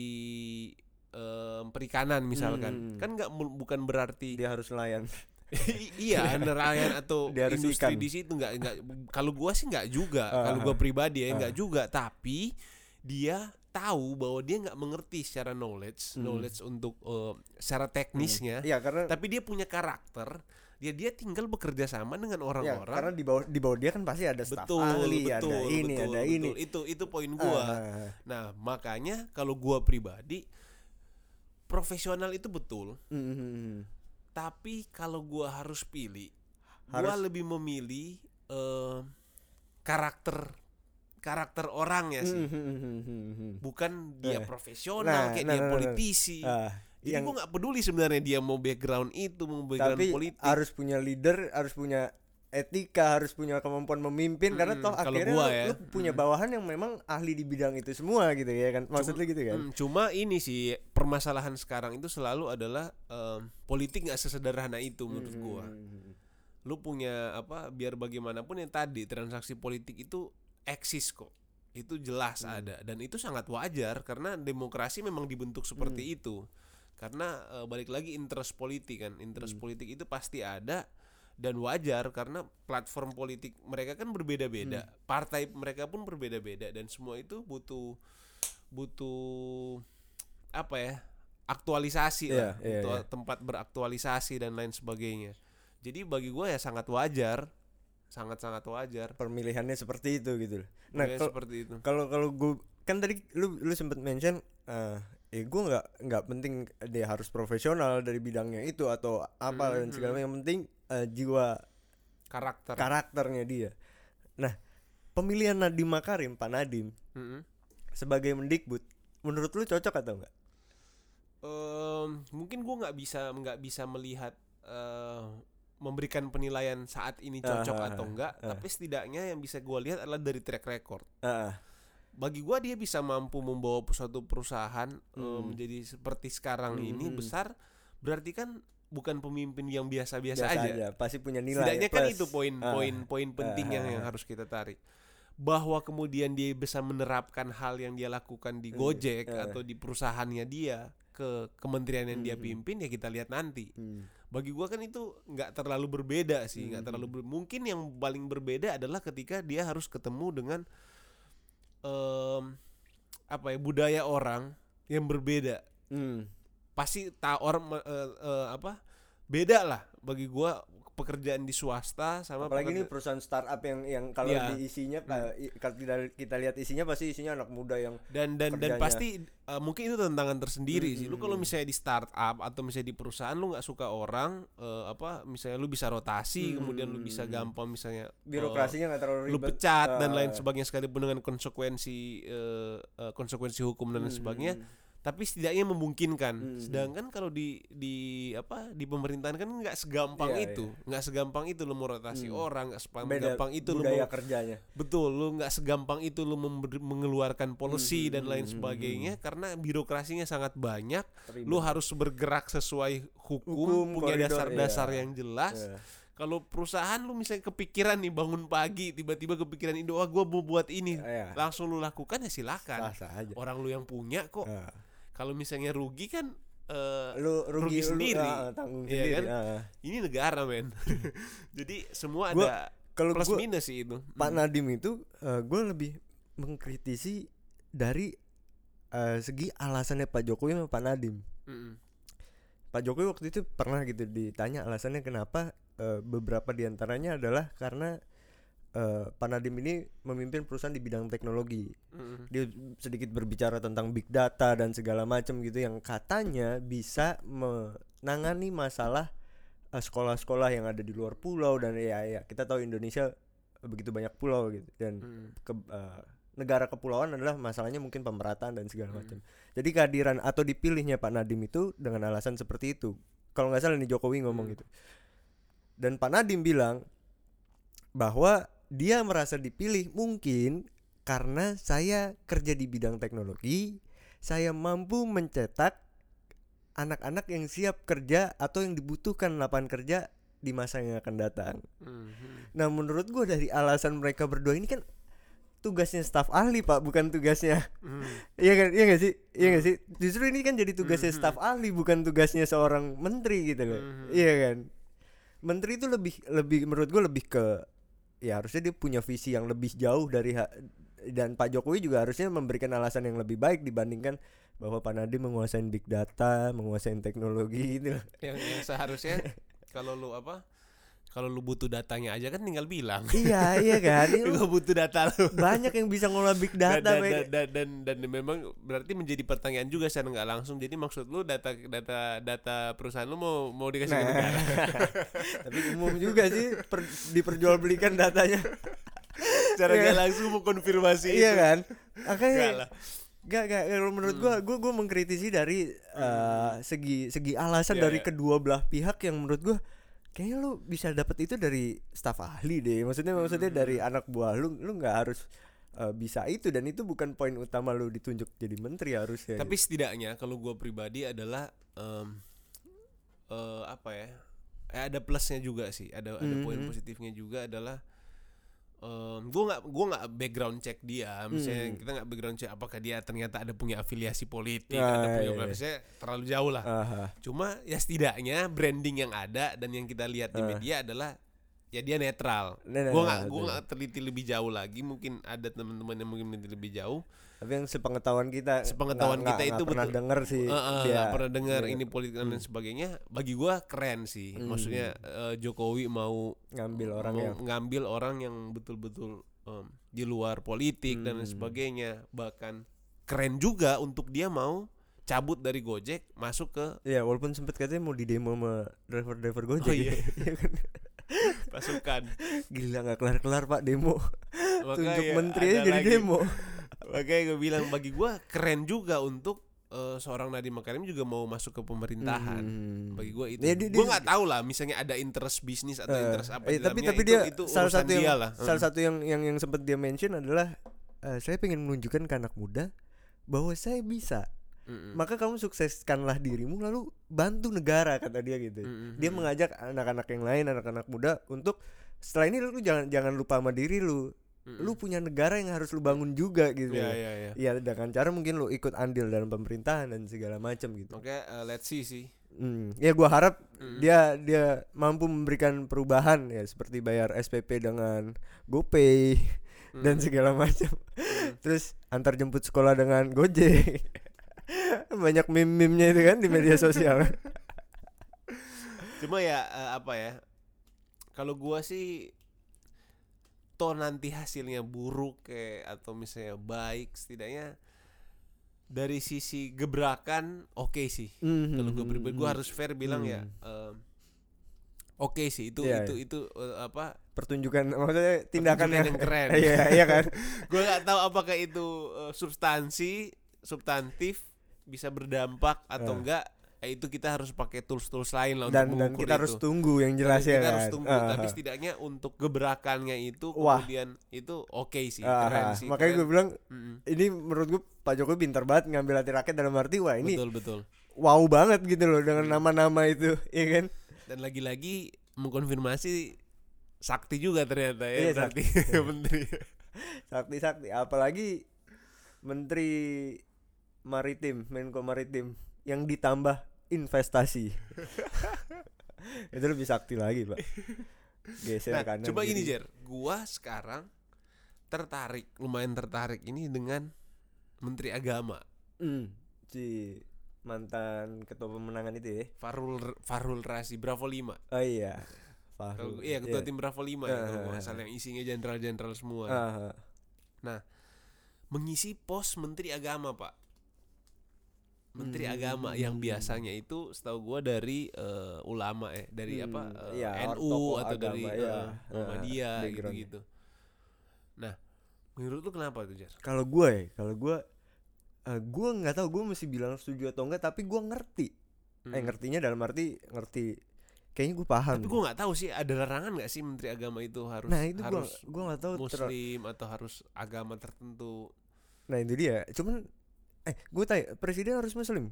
em, perikanan misalkan, Hmm. kan nggak mul- bukan berarti Dia harus nelayan. iya nelayan atau Dia harus industri ikan. di situ nggak nggak kalau gua sih nggak juga Ah, kalau gua pribadi ya ah. nggak juga tapi dia tahu bahwa dia nggak mengerti secara knowledge Hmm. knowledge untuk eh, secara teknisnya Iya karena tapi dia punya karakter dia dia tinggal bekerja sama dengan ya, orang-orang karena di bawah di bawah dia kan pasti ada staf betul ahli, betul ada ini, betul, ada betul. ini. itu itu poin gua Ah, nah makanya kalau gua pribadi profesional itu betul. mhm. Tapi kalau gua harus pilih, gua Harus- lebih memilih eh, karakter karakter orangnya sih. Bukan dia Nah, profesional nah, kayak nah, dia nah, nah. politisi. Ah, Jadi yang- gue nggak peduli sebenarnya dia mau background itu, mau background tapi politik. harus punya leader, harus punya etika, harus punya kemampuan memimpin. Mm-mm, karena toh kalau akhirnya gua lu, ya, lu punya mm. bawahan yang memang ahli di bidang itu semua gitu ya kan, maksudnya gitu kan. Mm, cuma ini sih permasalahan sekarang itu selalu adalah em, politik nggak sesederhana itu menurut Hmm. gua. Lu punya apa, biar bagaimanapun yang tadi transaksi politik itu eksis kok, itu jelas Hmm. ada, dan itu sangat wajar karena demokrasi memang dibentuk seperti Hmm. itu. Karena e, balik lagi interest politik kan, interest Hmm. politik itu pasti ada dan wajar karena platform politik mereka kan berbeda-beda, Hmm. partai mereka pun berbeda-beda, dan semua itu butuh butuh apa ya, aktualisasi Iya, lah, iya, butuh iya. tempat beraktualisasi dan lain sebagainya. Jadi bagi gue ya sangat wajar, sangat-sangat wajar. Pemilihannya seperti itu gitu loh. Nah, Nah, kal- seperti itu. kalau kalau gue kan tadi lu lu sempat mention eh eh gue nggak nggak penting dia harus profesional dari bidangnya itu atau apa dan segala macam, yang penting eh, jiwa Karakter. karakternya dia. Nah, pemilihan Nadiem Makarim, Pak Nadiem Mm-mm. sebagai Mendikbud, menurut lu cocok atau enggak? Em, mungkin gue nggak bisa nggak bisa melihat eh, memberikan penilaian saat ini cocok Ah, atau enggak, ah. tapi setidaknya yang bisa gue lihat adalah dari track record. Ah, Bagi gue dia bisa mampu membawa suatu perusahaan eh, Hmm. menjadi seperti sekarang Hmm, ini hmm. besar, berarti kan bukan pemimpin yang biasa-biasa biasa aja. aja, pasti punya nilai. Setidaknya kan plus. itu poin-poin Ah, poin penting ah, yang, ah, yang ah. harus kita tarik. Bahwa kemudian dia bisa menerapkan hal yang dia lakukan di Hmm, Gojek ah. atau di perusahaannya dia ke kementerian yang dia Hmm. pimpin, ya kita lihat nanti. Hmm. Bagi gua kan itu nggak terlalu berbeda sih, nggak Hmm. terlalu ber- mungkin yang paling berbeda adalah ketika dia harus ketemu dengan em, apa ya, budaya orang yang berbeda. Hmm. Pasti tak orang eh, eh, apa beda lah bagi gua pekerjaan di swasta sama Apalagi ini pekerja- perusahaan startup yang yang kalau Iya. di isinya eh, i- kalau kita, kita lihat isinya pasti isinya anak muda yang dan dan dan kerjanya. pasti uh, mungkin itu tantangan tersendiri Hmm, sih. Lu hmm, kalau hmm. misalnya di startup atau misalnya di perusahaan lu nggak suka orang, uh, apa misalnya lu bisa rotasi, Hmm. kemudian lu bisa gampang misalnya uh, birokrasinya nggak terlalu lu ribet. pecat dan Ah. lain sebagainya, sekalipun dengan konsekuensi uh, uh, konsekuensi hukum dan lain Hmm, sebagainya. hmm. Tapi setidaknya memungkinkan. Hmm. Sedangkan kalau di di apa di pemerintahan kan nggak segampang Iya, itu, nggak segampang itu lu mau rotasi Hmm. orang, nggak Beda segampang itu lu budaya mau kerjanya. betul, lu nggak segampang itu lu member- mengeluarkan policy Hmm, dan lain hmm, sebagainya, karena birokrasinya sangat banyak. Ribet. Lu harus bergerak sesuai hukum, Hukum, punya koridor, dasar-dasar iya. yang jelas. Iya. Kalau perusahaan lu misalnya kepikiran nih bangun pagi, tiba-tiba kepikiran ini, wah gua mau buat ini, Iya. langsung lu lakukan ya silakan. Sah-sah aja. Orang lu yang punya kok. Ah. Kalau misalnya rugi kan eh, Lu rugi rugi, lu, sendiri. ah, tanggung Iya sendiri. kan? ah. Ini negara, men. Jadi semua Gua- ada Kalau plus gua- minus sih itu. Pak Nadiem itu gue lebih mengkritisi dari eh, segi alasannya Pak Jokowi sama Pak Nadiem. Mm-mm. Pak Jokowi waktu itu pernah gitu ditanya alasannya kenapa, eh, beberapa diantaranya adalah karena eh, Pak Nadiem ini memimpin perusahaan di bidang teknologi. Mm-mm. Dia sedikit berbicara tentang big data dan segala macam gitu yang katanya bisa menangani masalah eh, sekolah-sekolah yang ada di luar pulau, dan ya ya kita tahu Indonesia begitu banyak pulau gitu, dan Mm. ke, eh, negara kepulauan adalah masalahnya mungkin pemerataan dan segala Hmm. macam. Jadi kehadiran atau dipilihnya Pak Nadiem itu dengan alasan seperti itu. Kalau nggak salah nih Jokowi ngomong Hmm. gitu. Dan Pak Nadiem bilang bahwa dia merasa dipilih mungkin karena saya kerja di bidang teknologi, saya mampu mencetak anak-anak yang siap kerja atau yang dibutuhkan lapangan kerja di masa yang akan datang. Mhm. Nah, menurut gue dari alasan mereka berdua ini kan tugasnya staf ahli, Pak, bukan tugasnya. Mhm. Iya kan? Iya enggak sih? Iya enggak sih? Justru ini kan jadi tugasnya Mhm. staf ahli, bukan tugasnya seorang menteri gitu loh. Mhm. Iya kan? Menteri itu lebih lebih menurut gue lebih ke ya harusnya dia punya visi yang lebih jauh dari ha- dan Pak Jokowi juga harusnya memberikan alasan yang lebih baik dibandingkan bahwa Pak Nadiem menguasai big data, menguasai teknologi gitu. yang, yang seharusnya kalau lu apa kalau lu butuh datanya aja kan tinggal bilang. Iya, iya kan? Ini Gue butuh data lu. banyak yang bisa ngolah big dan, data, dan, Pak. dan, dan, dan, dan memang berarti menjadi pertanyaan juga secara nggak langsung. Jadi maksud lu data data data perusahaan lu mau mau dikasih ke Nah, negara. tapi umum juga sih per, diperjualbelikan datanya. secara gak langsung mengkonfirmasi itu. Iya kan? Makanya Enggak lah. Gak, gak, kalau menurut gue, gue, gue mengkritisi dari uh, segi, segi alasan Yeah, dari yeah. kedua belah pihak yang menurut gue kayaknya lu bisa dapet itu dari staf ahli deh. Maksudnya, maksudnya dari anak buah lu, lu nggak harus uh, bisa itu, dan itu bukan poin utama lu ditunjuk jadi menteri harusnya. Tapi setidaknya kalau gue pribadi adalah um, uh, apa ya? Eh, ada plusnya juga sih. Ada, ada poin Mhm. positifnya juga adalah Um, gue nggak gue nggak background check dia, misalnya Hmm. kita nggak background check apakah dia ternyata ada punya afiliasi politik, Ah, ada punya iya, iya. misalnya terlalu jauh lah. Aha. Cuma ya setidaknya branding yang ada dan yang kita lihat di Ah. media adalah ya dia netral. Nah, nah, Gue nah, nggak gue betul. nggak teliti lebih jauh lagi, mungkin ada teman-teman yang mungkin meneliti lebih jauh. Tapi yang sepengetahuan kita, Sepengetahuan nggak- kita nggak- itu nggak pernah betul. denger sih. Uh, uh, dia, nggak pernah dengar dia ini politik dan lain sebagainya. Bagi gue keren sih. Hmm. Maksudnya uh, Jokowi mau ngambil orang mau yang ngambil orang yang betul-betul um, di luar politik dan lain Hmm. sebagainya. Bahkan keren juga untuk dia mau cabut dari Gojek masuk ke ya walaupun sempet katanya mau di demo sama driver-driver Gojek. Oh, iya. Iya kan? pasukan. Gila nggak kelar-kelar Pak demo. Tunjuk Makanya menteri ada aja jadi lagi. demo. Makanya gue bilang bagi gue keren juga untuk uh, seorang Nadiem Makarim juga mau masuk ke pemerintahan. Hmm. Bagi gue itu. Ya, dia- gue dia- nggak tahu lah, misalnya ada interest bisnis atau Eh, interest apa eh, di tapi dalamnya, tapi itu, dia itu salah urusan satu dia yang lah. salah Hmm. satu yang yang yang sempat dia mention adalah eh, saya pengen menunjukkan ke anak muda bahwa saya bisa. Mm-mm. Maka kamu sukseskanlah dirimu lalu bantu negara, kata dia gitu. Mm-mm. Dia mengajak anak-anak yang lain, anak-anak muda untuk setelah ini lu jangan jangan lupa sama diri lu. Mm-mm. Lu punya negara yang harus lu bangun juga gitu. Ya ya ya. Iya, dengan cara mungkin lu ikut andil dalam pemerintahan dan segala macam gitu. Makanya uh, let's see sih. Hmm. Ya gua harap Mm. dia dia mampu memberikan perubahan ya, seperti bayar S P P dengan GoPay dan segala macam. Terus antar jemput sekolah dengan Gojek. Banyak meme-memenya itu kan di media sosial. Cuma ya uh, apa ya? Kalau gua sih toh nanti hasilnya buruk kayak atau misalnya baik, setidaknya dari sisi gebrakan oke okay sih. Mhm. Kalau gue pribadi gue harus fair bilang ya um, oke okay sih itu Iya, itu iya. itu uh, apa Pertunjukan maksudnya tindakan Pertunjukan yang keren. Iya, iya kan? gue nggak tahu apakah itu uh, substansi substantif bisa berdampak atau Eh. enggak. Eh, itu kita harus pakai tools-tools lain lah Dan untuk dan mengukur kita itu. harus tunggu yang jelas Kita ya kan. harus tunggu, Ah, tapi ah. setidaknya untuk gebrakannya itu Wah. kemudian itu oke okay sih, Ah, keren ah. sih. Makanya keren. gue bilang Mm-mm. ini menurut gue Pak Jokowi pintar banget ngambil hati rakyat dalam arti wah ini Betul betul. wow banget gitu loh dengan nama-nama itu, iya kan? Dan lagi-lagi mengkonfirmasi sakti juga ternyata ya, Iya, berarti menteri. Sakti-sakti, apalagi Menteri Maritim, Menko Maritim yang ditambah investasi. Itu lebih sakti lagi, Pak. Geser Nah, kanan. coba kiri. gini Jer, gua sekarang tertarik, lumayan tertarik ini dengan Menteri Agama Hmm, si mantan ketua pemenangan itu ya. Farul Farul Razi Bravo lima. Oh iya. Kalau- Fahru. iya ketua tim Bravo lima ya, Ah, kalau ah, nggak ah. salah yang isinya jenderal-jenderal semua. Ah, Mengisi pos Menteri Agama, Pak. Menteri Hmm. Agama yang biasanya itu setahu gua dari eh, ulama eh dari Hmm, apa eh, iya, N U tokoh atau agama, dari iya. eh, Ah, Muhammadiyah background. gitu-gitu. Nah, menurut lu kenapa tuh, Jar? kalau gue ya, kalau gue uh, gue nggak tahu gue mesti bilang setuju atau enggak, tapi gue ngerti. Eh Hmm. ngertinya dalam arti ngerti. Kayaknya gue paham. Tapi gue nggak tahu sih ada larangan nggak sih Menteri Agama itu harus Nah, itu gua harus gua nggak tahu ter- Muslim atau harus agama tertentu. Nah, itu dia. Cuman eh gue tanya, presiden harus muslim?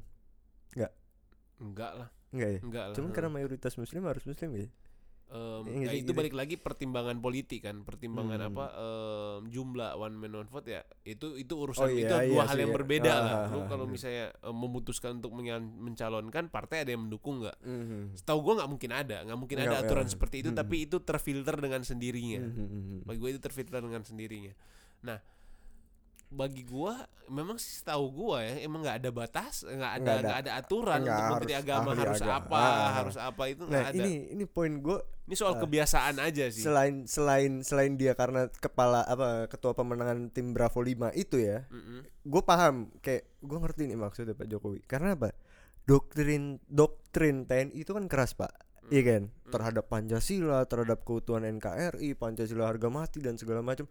Enggak lah, Enggak ya? enggak lah. Cuman karena mayoritas muslim harus muslim ya. Em, Iya ya sih, itu gitu. balik lagi pertimbangan politik kan, pertimbangan Hmm. apa em, jumlah one man one vote ya. Itu itu Oh urusan iya, itu dua iya hal sih, yang iya. berbeda Ah, lah. ah, Lu ah, kalau ah. misalnya em, memutuskan untuk menyan- mencalonkan, partai ada yang mendukung nggak? Mhm. Setahu gue nggak mungkin ada, nggak mungkin ada Nggak, aturan ya. seperti itu. Hmm. Tapi itu terfilter dengan sendirinya. Mhm. Bagi gue itu terfilter dengan sendirinya. Nah, bagi gue memang sih setahu gue ya emang nggak ada batas, nggak ada Nggak ada. nggak ada aturan Nggak untuk menteri harus agama ahli harus agama. apa, Ah. harus apa itu Nah, nggak ada. ini ini poin gue. Ini soal ah, kebiasaan aja sih. Selain selain selain dia karena kepala apa ketua pemenangan tim Bravo lima itu ya. Mm-mm. Gue paham, kayak gue ngerti nih maksudnya Pak Jokowi. Karena apa? Doktrin doktrin T N I itu kan keras, Pak. Iya kan? Terhadap Pancasila, terhadap keutuhan N K R I, Pancasila harga mati dan segala macam.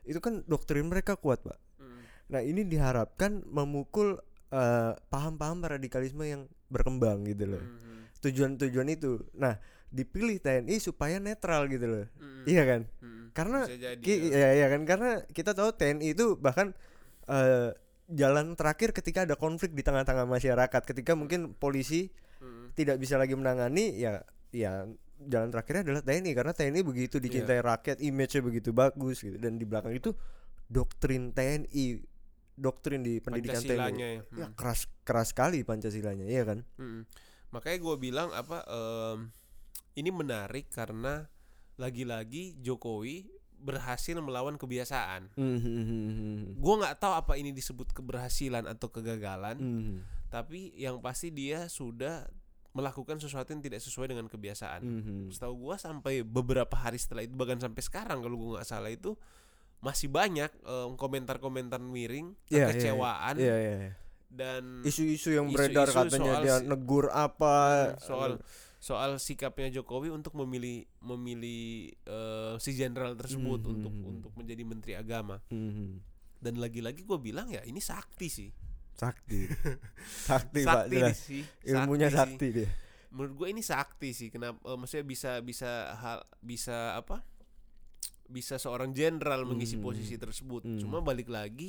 itu kan doktrin mereka kuat, Pak. Mm. Nah ini diharapkan memukul uh, paham-paham radikalisme yang berkembang gitu loh. Mm-hmm. Tujuan-tujuan itu. Nah dipilih T N I supaya netral gitu loh. Mm-hmm. Iya kan? Mm-hmm. Karena jadi, ki- ya. ya kan karena kita tahu T N I itu bahkan uh, jalan terakhir ketika ada konflik di tengah-tengah masyarakat, ketika mungkin polisi mm-hmm. tidak bisa lagi menangani, ya ya jalan terakhirnya adalah T N I, karena T N I begitu dicintai yeah. rakyat, image-nya begitu bagus gitu. Dan di belakang itu doktrin T N I, doktrin di pendidikan T N I ya, hmm. ya keras keras sekali Pancasilanya, iya kan? Hmm. Makanya gue bilang apa um, ini menarik karena lagi-lagi Jokowi berhasil melawan kebiasaan. Mm-hmm. Gue nggak tahu apa ini disebut keberhasilan atau kegagalan, mm-hmm. tapi yang pasti dia sudah melakukan sesuatu yang tidak sesuai dengan kebiasaan. Mm-hmm. Setahu gue sampai beberapa hari setelah itu, bahkan sampai sekarang kalau gue nggak salah itu masih banyak um, komentar-komentar miring, yeah, kekecewaan, yeah, yeah, yeah. dan isu-isu yang beredar isu-isu katanya dia si- negur apa soal soal sikapnya Jokowi untuk memilih memilih uh, si jenderal tersebut mm-hmm. untuk untuk menjadi menteri agama. Mm-hmm. Dan lagi-lagi gue bilang ya ini sakti sih. Sakti. sakti, sakti Pak. Sih. Ilmunya sakti, sakti dia. Menurut gue ini sakti sih. Kenapa? Uh, maksudnya bisa bisa hal bisa apa? Bisa seorang jenderal mm-hmm. mengisi posisi tersebut. Mm-hmm. Cuma balik lagi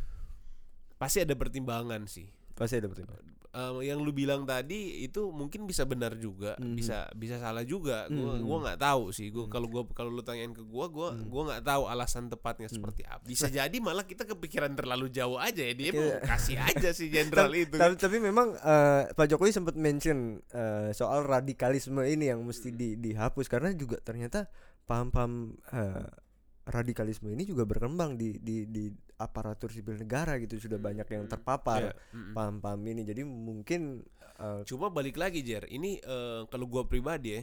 pasti ada pertimbangan sih. Pasti ada pertimbangan. Uh, yang lu bilang tadi itu mungkin bisa benar juga, mm-hmm. bisa bisa salah juga. Gua mm-hmm. gua nggak tahu sih. Gua kalau gua kalau lu tanyain ke gua, gua mm-hmm. gua nggak tahu alasan tepatnya mm-hmm. seperti apa. Bisa jadi malah kita kepikiran terlalu jauh aja ya. Dia mau kasih aja si jenderal itu. Tapi, tapi memang uh, Pak Jokowi sempat mention uh, soal radikalisme ini yang mesti di, dihapus, karena juga ternyata paham-paham uh, radikalisme ini juga berkembang di di di aparatur sipil negara gitu, sudah banyak yang terpapar yeah. mm-hmm. paham-paham ini. Jadi mungkin uh, cuma balik lagi Jer, ini uh, kalau gua pribadi ya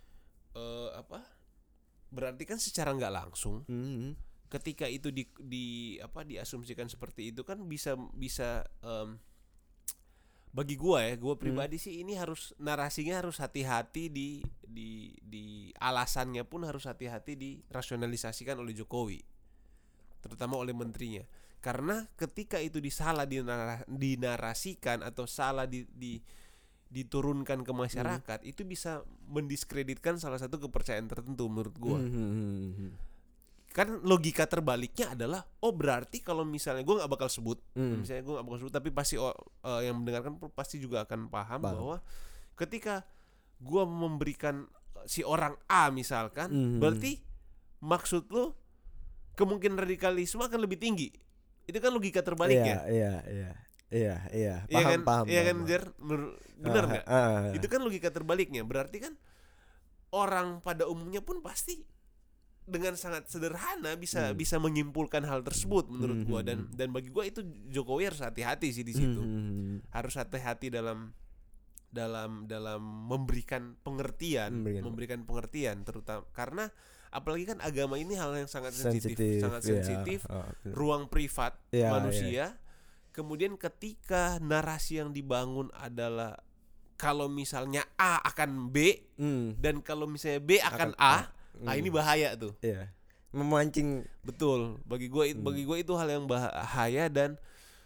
uh, apa berarti kan secara nggak langsung mm-hmm. ketika itu di di apa diasumsikan seperti itu kan bisa bisa um, bagi gua ya, gua pribadi hmm. sih ini harus narasinya harus hati-hati di di di alasannya pun harus hati-hati dirasionalisasikan oleh Jokowi, terutama oleh menterinya. Karena ketika itu disalah dinara, dinarasikan atau salah di, di diturunkan ke masyarakat, hmm. itu bisa mendiskreditkan salah satu kepercayaan tertentu menurut gua. Hmm. Kan logika terbaliknya adalah oh berarti kalau misalnya gue nggak bakal sebut mm. misalnya gue nggak bakal sebut tapi pasti oh, uh, yang mendengarkan pasti juga akan paham Bang. Bahwa ketika gue memberikan si orang A misalkan mm. berarti maksud lo kemungkinan radikalisme akan lebih tinggi. Itu kan logika terbaliknya. Iya iya iya iya iya paham kan, paham iya kan Jer, benar nggak? Uh, uh, uh. Itu kan logika terbaliknya. Berarti kan orang pada umumnya pun pasti dengan sangat sederhana bisa hmm. bisa menyimpulkan hal tersebut menurut hmm. gua, dan dan bagi gua itu Jokowi harus hati-hati sih di situ. Hmm. Harus hati-hati dalam dalam dalam memberikan pengertian, memberikan, memberikan pengertian terutama karena apalagi kan agama ini hal yang sangat sensitif, sensitif sangat sensitif, yeah. oh, ruang privat yeah, manusia. Yeah. Kemudian ketika narasi yang dibangun adalah kalau misalnya A akan B hmm. dan kalau misalnya B akan, akan A, A. Nah hmm. ini bahaya tuh. Iya. Memancing. Betul. Bagi gue hmm. bagi gue itu hal yang bahaya dan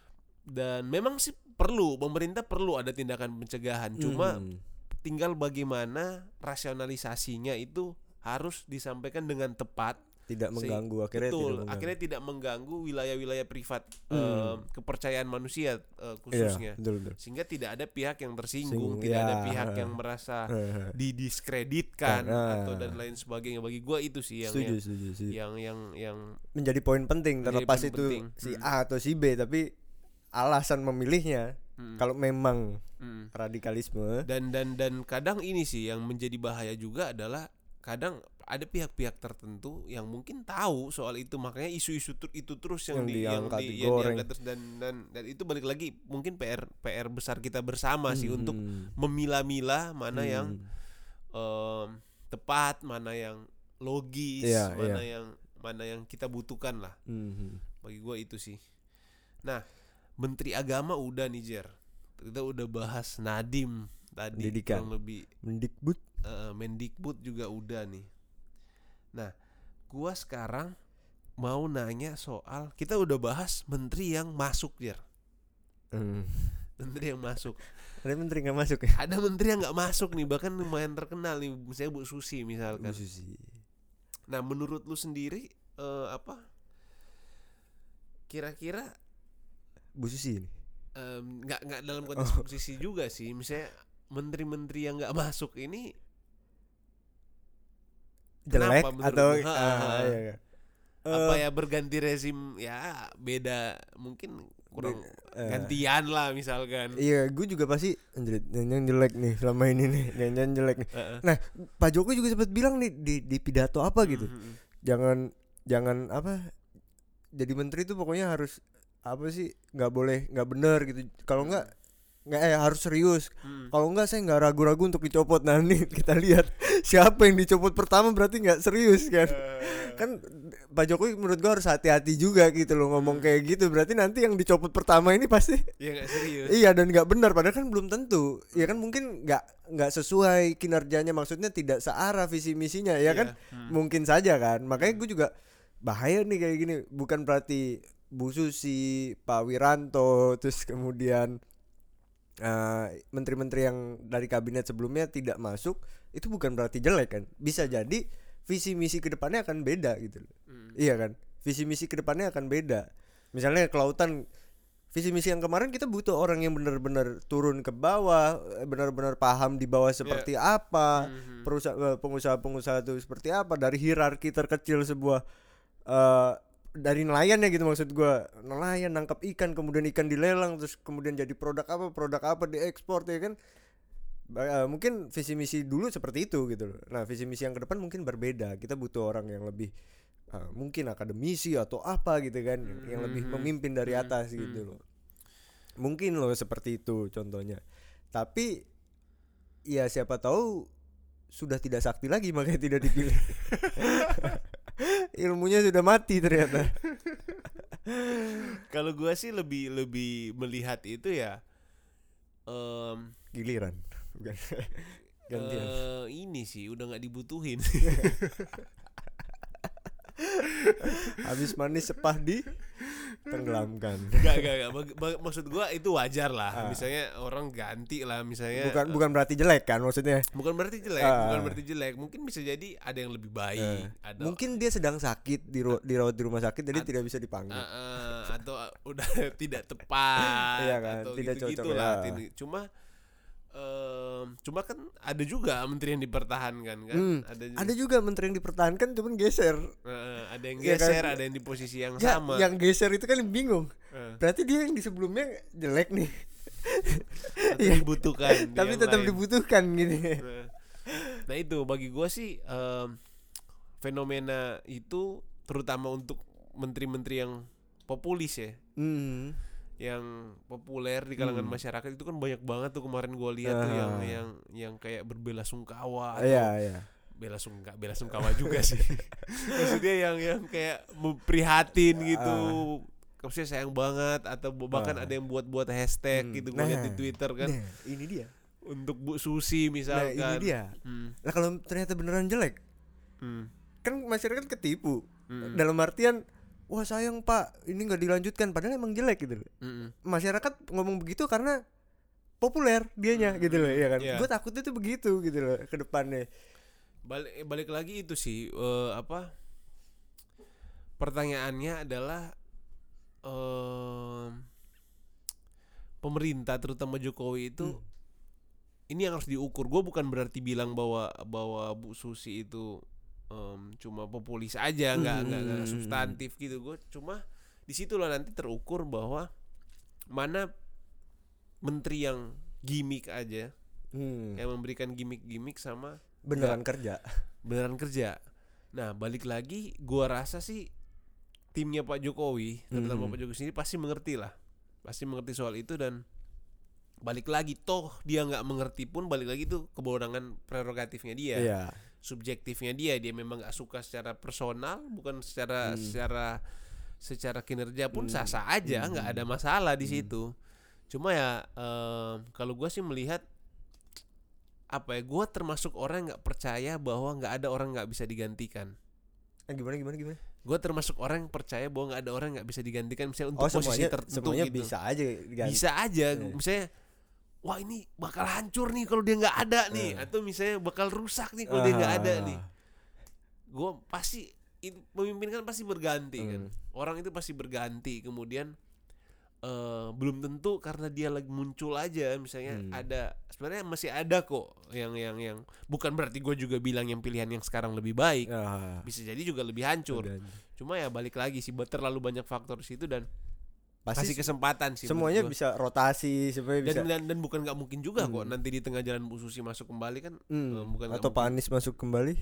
dan memang sih perlu pemerintah perlu ada tindakan pencegahan. Cuma hmm. tinggal bagaimana rasionalisasinya itu harus disampaikan dengan tepat. Tidak mengganggu akhirnya betul, tidak mengganggu. akhirnya tidak mengganggu wilayah-wilayah privat hmm. uh, kepercayaan manusia uh, khususnya. Iya, betul, betul. Sehingga tidak ada pihak yang tersinggung, Sing, tidak ya. ada pihak yang merasa didiskreditkan Karena, atau dan lain sebagainya. Bagi gue itu sih yang setuju, yang, setuju, setuju. yang yang yang menjadi poin penting, terlepas itu penting. si hmm. A atau si B, tapi alasan memilihnya hmm. kalau memang hmm. radikalisme. Dan dan dan kadang ini sih yang menjadi bahaya juga adalah kadang ada pihak-pihak tertentu yang mungkin tahu soal itu, makanya isu-isu itu terus yang, yang di, diangkat, yang di, yang diangkat terus dan dan dan itu balik lagi mungkin P R P R besar kita bersama hmm. sih untuk memilah-milah mana hmm. yang um, tepat, mana yang logis, yeah, mana yeah. yang mana yang kita butuhkan lah. Hmm. Bagi gue itu sih. Nah, Menteri Agama udah nih Jer. Kita udah bahas Nadiem tadi, pendidikan, kurang lebih Mendikbud. Uh, Mendikbud juga udah nih. Nah, gua sekarang mau nanya soal, kita udah bahas menteri yang masuk ya. Hmm. Menteri yang masuk. Ada menteri nggak masuk ya? Ada menteri yang nggak masuk nih, bahkan lumayan terkenal nih, misalnya Bu Susi misalkan. Bu Susi. Nah menurut lu sendiri uh, apa? Kira-kira Bu Susi ini? Um, nggak nggak dalam konteks Oh. Bu Susi juga sih, misalnya menteri-menteri yang nggak masuk ini Jelek kenapa menurut atau lu? Ha, ah, ha. iya, iya. Apa Eh, ya berganti rezim ya beda mungkin kurang eh, gantian lah misalkan. Iya, gue juga pasti anjir, nyanyian jelek nih selama ini nih, nyanyian jelek nih. Uh-uh. Nah, Pak Jokowi juga sempat bilang nih di di pidato apa gitu. Mhm. Jangan jangan apa jadi menteri itu pokoknya harus apa sih, nggak boleh nggak bener gitu. Kalau nggak nggak eh harus serius. Mhm. Kalau nggak saya nggak ragu-ragu untuk dicopot. Nah nih kita lihat siapa yang dicopot pertama berarti nggak serius kan. Kan Pak Jokowi menurut gua harus hati-hati juga gitu loh ngomong kayak gitu. Berarti nanti yang dicopot pertama ini pasti Ya nggak serius. iya dan nggak benar, padahal kan belum tentu. Ya kan mungkin nggak nggak sesuai kinerjanya, maksudnya tidak searah visi misinya ya kan. Hmm. Mungkin saja kan. Makanya gue juga bahaya nih kayak gini. Bukan berarti Bu Susi, Pak Wiranto, terus kemudian uh, menteri-menteri yang dari kabinet sebelumnya tidak masuk, itu bukan berarti jelek kan. Bisa jadi visi misi kedepannya akan beda gitu loh. Hmm. Iya kan, visi misi kedepannya akan beda. Misalnya kelautan, visi misi yang kemarin kita butuh orang yang benar-benar turun ke bawah, benar-benar paham di bawah seperti yeah. apa, Mhm. perusahaan pengusaha-pengusaha itu seperti apa, dari hierarki terkecil sebuah uh, dari nelayan ya gitu, maksud gua nelayan nangkap ikan, kemudian ikan dilelang, terus kemudian jadi produk apa produk apa diekspor ya kan. Uh, mungkin visi misi dulu seperti itu gitu loh. Nah visi misi yang ke depan mungkin berbeda. Kita butuh orang yang lebih uh, mungkin akademisi atau apa gitu kan, yang, yang lebih memimpin dari atas gitu loh. Mungkin loh seperti itu contohnya. Tapi ya siapa tahu sudah tidak sakti lagi makanya tidak dipilih. Ilmunya sudah mati ternyata. Kalau gua sih lebih lebih melihat itu ya um, giliran bukan gantian. Uh, ini sih udah nggak dibutuhin. Habis manis sepah di tenggelamkan. Gak, gak, gak. Bag, bag, maksud gua itu wajar lah. Ah. Misalnya orang ganti lah, misalnya. Bukan uh, bukan berarti jelek kan maksudnya. Bukan berarti jelek, ah. bukan berarti jelek. Mungkin bisa jadi ada yang lebih baik. Uh. Ada, mungkin dia sedang sakit di ru- dirawat di rumah sakit, jadi A- tidak bisa dipanggil. Uh, uh, atau uh, udah tidak tepat. Iya kan, atau tidak gitu, cocok lah. Ya. Cuma Um, cuma kan ada juga menteri yang dipertahankan kan. Hmm, ada, juga. ada juga menteri yang dipertahankan cuman geser. Uh, ada yang geser, ya kan? Ada yang di posisi yang ya, sama. Yang geser itu kan bingung. Uh. Berarti dia yang di sebelumnya jelek nih. Tapi dibutuhkan. Tapi tetap lain. dibutuhkan gitu. Nah, nah itu bagi gue sih um, fenomena itu terutama untuk menteri-menteri yang populis ya. Hmm. Yang populer di kalangan hmm. masyarakat itu kan banyak banget tuh kemarin gue lihat uh. tuh yang yang yang kayak berbelasungkawa atau yeah, yeah. bela sungka bela sungkawa juga sih. Maksudnya yang yang kayak memprihatin gitu. Uh. Maksudnya sayang banget atau bahkan uh. ada yang buat-buat hashtag hmm. gitu gue nah, lihat di Twitter kan. Nah, ini dia. Untuk Bu Susi misalkan. Nah, ini dia. Hmm. Nah, kalau ternyata beneran jelek. Hmm. Kan masyarakat ketipu. Hmm. Dalam artian wah sayang Pak, ini nggak dilanjutkan, padahal emang jelek gitu loh. Mm-hmm. Masyarakat ngomong begitu karena populer dianya mm-hmm. gitu loh, ya kan. Yeah. Gue takutnya tuh begitu gitu loh ke depannya. Balik balik lagi itu sih uh, apa? Pertanyaannya adalah uh, pemerintah terutama Jokowi itu mm. ini yang harus diukur. Gue bukan berarti bilang bahwa bahwa Bu Susi itu Um, cuma populis aja, nggak nggak hmm. nggak substantif gitu. Gue cuma di situ lah nanti terukur bahwa mana menteri yang gimmick aja, hmm. yang memberikan gimmick-gimmick sama beneran gak, kerja, beneran kerja. Nah balik lagi, gue rasa sih timnya Pak Jokowi, terutama hmm. Pak Jokowi sendiri pasti mengerti lah, pasti mengerti soal itu dan balik lagi toh dia nggak mengerti pun balik lagi tuh kewenangan prerogatifnya dia. Yeah. Subjektifnya dia, dia memang nggak suka secara personal, bukan secara hmm. secara secara kinerja pun hmm. sah-sah aja, nggak hmm. ada masalah di hmm. situ. Cuma ya um, kalau gue sih melihat apa ya, gue termasuk orang yang nggak percaya bahwa nggak ada orang nggak bisa digantikan. Eh, gimana gimana gimana? gue termasuk orang yang percaya bahwa nggak ada orang nggak bisa digantikan misalnya untuk Oh, posisi semuanya tertentu semuanya gitu. bisa aja diganti. Bisa aja, Yeah. misalnya wah ini bakal hancur nih kalau dia nggak ada nih, Yeah. atau misalnya bakal rusak nih kalau dia nggak ada Ah. nih. Gue pasti itu, pemimpin kan pasti berganti kan, Hmm. orang itu pasti berganti, kemudian Uh, belum tentu karena dia lagi muncul aja misalnya Hmm. ada, sebenarnya masih ada kok yang yang yang bukan berarti gue juga bilang yang pilihan yang sekarang lebih baik, Ah. bisa jadi juga lebih hancur. Dan Cuma ya balik lagi sih terlalu banyak faktor di situ dan pasti kasih kesempatan sih semuanya menurut gua. bisa rotasi, semuanya bisa. dan, dan dan bukan nggak mungkin juga Hmm. kok nanti di tengah jalan Bu Susi masuk kembali kan. Hmm. uh, bukan nggak Atau Pak mungkin. Anies masuk kembali.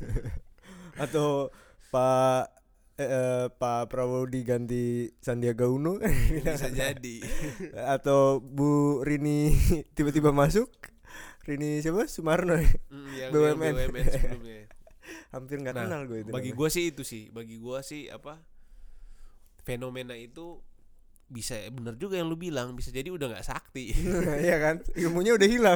Atau Pak eh, eh, Pak Prabowo diganti Sandiaga Uno. Bisa jadi. Atau Bu Rini tiba-tiba masuk. Rini siapa? Sumarno. Mm, yang, B U M N. yang B U M N sebelumnya. Hampir nggak Nah, kenal gue itu. bagi gue sih itu sih, bagi gue sih apa fenomena itu bisa bener juga yang lu bilang, bisa jadi udah nggak sakti. Iya kan, ilmunya udah hilang.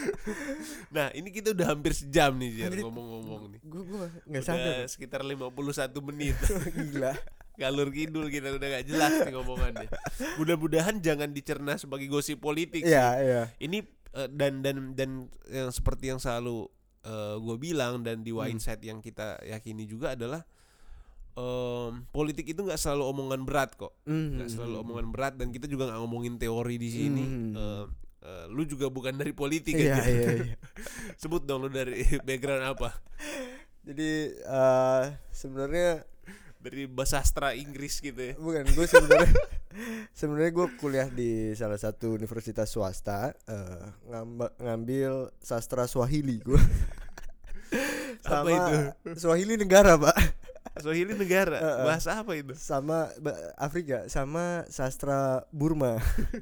Nah ini kita udah hampir sejam nih Jer, Hampir- ngomong-ngomong nih. Gue gue nggak Udah sadar. sekitar lima puluh satu menit. Gila. Galur kidul kita udah gak jelas nih ngomongannya. Mudah-mudahan jangan dicerna sebagai gosip politik sih. Iya iya. Ini uh, dan dan dan yang seperti yang selalu uh, gue bilang dan di Wineside yang kita yakini juga adalah um, politik itu nggak selalu omongan berat kok, nggak Mm. selalu omongan berat, dan kita juga nggak ngomongin teori di sini. Mm. Uh, uh, lu juga bukan dari politik Iya kan? iya iya. Sebut dong lu dari background apa? Jadi eh, sebenarnya Dari bahasa sastra Inggris gitu ya? bukan, gue sebenarnya sebenarnya gue kuliah di salah satu universitas swasta, eh, ngamba- ngambil sastra Swahili gue. Apa Sama itu? Swahili negara pak. Swahili negara, Uh-uh. bahasa apa itu? Sama ba- Afrika, sama sastra Burma.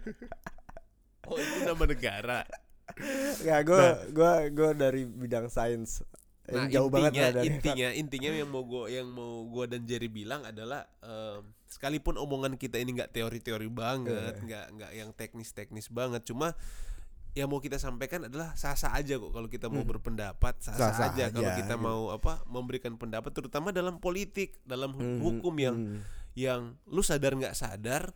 Oh itu nama negara. Nggak, gue Nah. gue gue dari bidang sains. Nah Yang jauh intinya, banget lah dari intinya, intinya yang mau gue yang mau gue dan Jerry bilang adalah em, sekalipun omongan kita ini nggak teori-teori banget, Eh. nggak nggak yang teknis-teknis banget, cuma yang mau kita sampaikan adalah sah-sah aja kok kalau kita mau Hmm. berpendapat, sah-sah Sah-sah aja kalau aja, kita gitu. mau apa memberikan pendapat, terutama dalam politik, dalam hu- Hmm, hukum yang hmm, yang lu sadar nggak sadar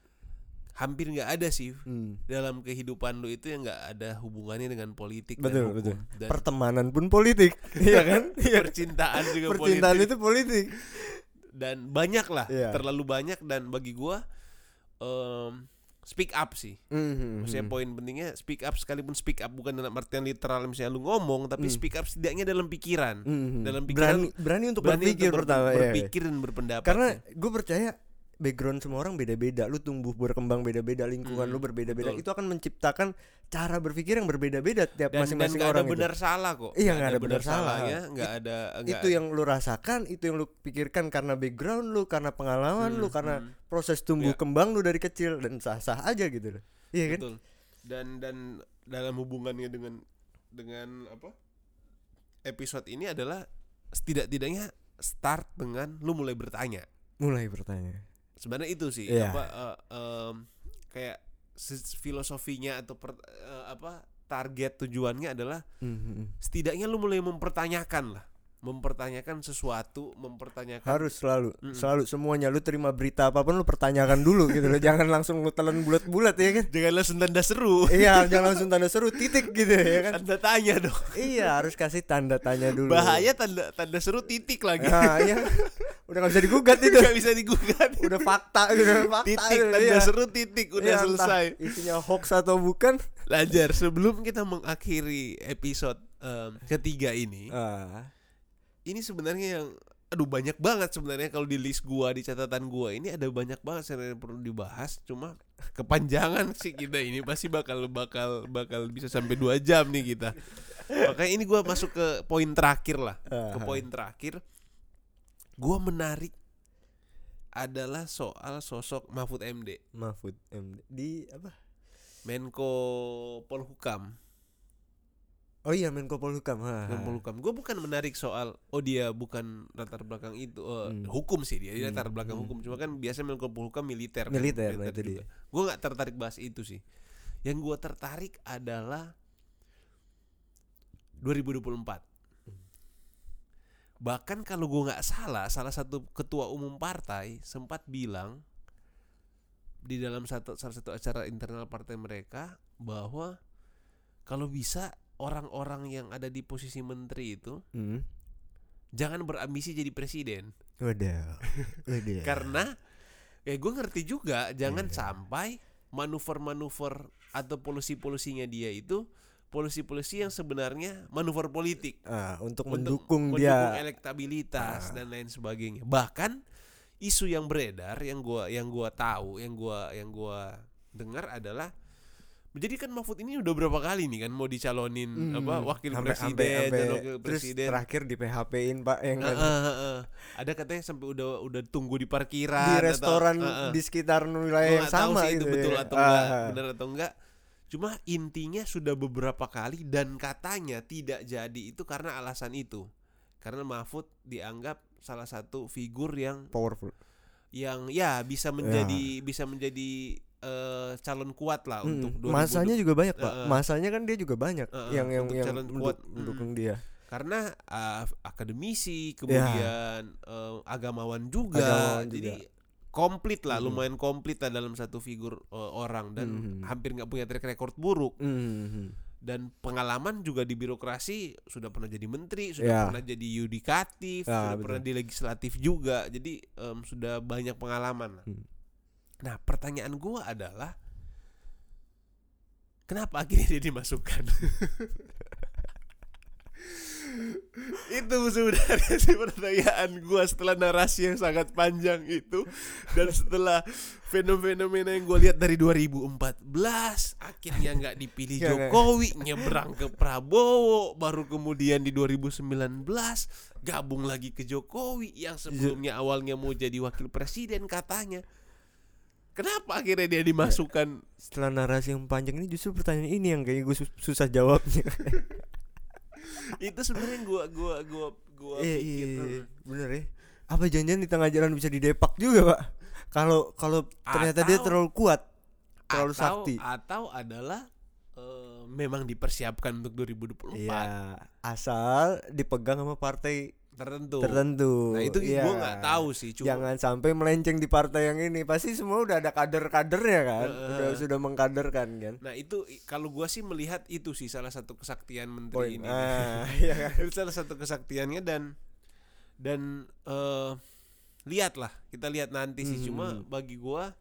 hampir nggak ada sih hmm. dalam kehidupan lu itu yang nggak ada hubungannya dengan politik Betul, dan hukum. betul. Dan Pertemanan pun politik. Iya kan? percintaan juga Percintaan politik. itu politik. Dan banyak lah, Iya. terlalu banyak, dan bagi gua em, speak up sih. Mhm. Maksudnya poin pentingnya speak up, sekalipun speak up bukan dalam artian literal misalnya lu ngomong, tapi Hmm. speak up setidaknya dalam pikiran. Mhm. Dalam pikiran berani berani untuk berani berpikir untuk ber- pertama ya. berpikir dan berpendapat. Karena gue percaya background semua orang beda-beda, lu tumbuh berkembang beda-beda, lingkungan Hmm, lu berbeda-beda, betul. itu akan menciptakan cara berpikir yang berbeda-beda tiap dan, dan masing-masing gak orang ada itu. benar salah kok. Iya, Nggak nggak ada benar salah. salahnya, nggak ada nggak Itu yang lu rasakan, itu yang lu pikirkan karena background lu, karena pengalaman Hmm, lu, karena hmm. proses tumbuh Iya. kembang lu dari kecil, dan sah-sah aja gitu loh. Iya kan? Betul. Dan dan dalam hubungannya dengan dengan apa? Episode ini adalah setidak-tidaknya start dengan lu mulai bertanya. Mulai bertanya. Sebenarnya itu sih Iya. apa eh, em, kayak sis- filosofinya atau per- eh, apa target tujuannya adalah Mhm. setidaknya lu mulai mempertanyakan lah, mempertanyakan sesuatu, mempertanyakan Harus selalu, Mm-mm. selalu semuanya lu terima berita apapun lu pertanyakan dulu gitu loh. Jangan langsung lu telan bulat-bulat ya kan? jangan langsung tanda seru. Iya, jangan langsung tanda seru titik gitu ya kan? Tanda tanya dong. Iya, harus kasih tanda tanya dulu. Bahaya tanda tanda seru titik lagi. Nah, iya. Udah gak bisa digugat itu. Gak bisa digugat. Udah fakta, udah fakta. Titik itu, tanda iya. seru titik udah Iya, entah selesai. isinya hoax atau bukan. Lanjar, sebelum kita mengakhiri episode em, ketiga ini, Ah. ini sebenarnya yang aduh banyak banget sebenarnya kalau di list gua, di catatan gua ini ada banyak banget sebenarnya yang perlu dibahas, cuma kepanjangan sih kita ini pasti bakal bakal bakal bisa sampai dua jam nih kita. Makanya ini gua masuk ke poin terakhir lah. Ke poin terakhir gua menarik adalah soal sosok Mahfud M D, Mahfud M D di apa? Menko Polhukam. Oh iya, Menko Polhukam. Ha, ha. Menko Polhukam. Gue bukan menarik soal oh dia bukan latar belakang itu eh, Hmm. hukum sih dia, dia Hmm, latar belakang hmm. hukum. Cuma kan biasa Menko Polhukam militer. kan, Militer, nah itu dia. Gue nggak tertarik bahas itu sih. Yang gue tertarik adalah dua ribu dua puluh empat. Bahkan kalau gue nggak salah, salah satu ketua umum partai sempat bilang di dalam satu salah satu acara internal partai mereka bahwa kalau bisa orang-orang yang ada di posisi menteri itu Hmm. jangan berambisi jadi presiden. Waduh. Waduh. Karena ya gue ngerti juga jangan Iya. sampai manuver-manuver atau polisi-polisinya dia itu polisi-polisi yang sebenarnya manuver politik Ah, untuk, untuk mendukung mendukung dia. elektabilitas Ah. dan lain sebagainya. Bahkan isu yang beredar yang gua yang gua tahu, yang gua yang gua dengar adalah menjadikan Mahfud ini udah berapa kali nih kan mau dicalonin Hmm. apa wakil Ampe- presiden ampe- dan ampe- wakil terus presiden. terakhir di P H P-in Pak yang kan. Heeh, heeh, heeh. Ada katanya sampai udah udah tunggu di parkiran Di atau- restoran heeh. di sekitar Gua wilayah yang nggak tahu sama sih gitu itu betul ya. atau enggak, Ah. benar atau enggak. Cuma intinya sudah beberapa kali dan katanya tidak jadi itu karena alasan itu. Karena Mahfud dianggap salah satu figur yang Powerful. yang ya bisa menjadi bisa menjadi eh, calon kuat lah Hmm, untuk dua ribu dua puluh. masanya juga banyak Pak. Heeh. Masanya kan dia juga banyak Heeh, yang yang untuk yang calon menduk- kuat. mendukung Hmm. dia. Karena uh, akademisi kemudian eh, agamawan juga. Agamawan Jadi juga. komplit lah, Hmm. lumayan komplit lah dalam satu figur eh, orang dan Hmm. hampir nggak punya track record buruk. Hmm. Dan pengalaman juga di birokrasi, sudah pernah jadi menteri, sudah Ya. pernah jadi yudikatif, Ya, sudah betul. pernah di legislatif juga. Jadi em, sudah banyak pengalaman lah. Hmm. Nah pertanyaan gua adalah kenapa akhirnya dia dimasukkan? Itu sebenarnya sih pertanyaan gua setelah narasi yang sangat panjang itu dan setelah fenomena yang gua lihat dari dua ribu empat belas akhirnya nggak dipilih Ya, Jokowi, nyebrang ke Prabowo, baru kemudian di dua ribu sembilan belas gabung lagi ke Jokowi yang sebelumnya awalnya mau jadi wakil presiden katanya. Kenapa akhirnya dia dimasukkan? Setelah narasi yang panjang ini justru pertanyaan ini yang kayaknya gue sus- susah jawabnya. Itu sebenarnya gua gua gua gua Iya, pikir. iya, iya, bener ya. Apa janjian di tengah jalan bisa didepak juga Pak? Kalau kalau ternyata dia Atau- terlalu kuat, terlalu atau, sakti. atau adalah eh, memang dipersiapkan untuk dua ribu dua puluh empat Iya, asal dipegang sama partai tertentu. tertentu. Nah itu Iya. gua nggak tahu sih. Cuma Jangan sampai melenceng di partai yang ini. Pasti semua udah ada kader-kadernya kan, Heeh. udah sudah mengkaderkan kan. nah itu i- kalau gua sih melihat itu sih salah satu kesaktian Poin. menteri ini. Ah, iya kan. Itu salah satu kesaktiannya dan dan eh lihatlah kita lihat nanti sih. Hmm. Cuma bagi gua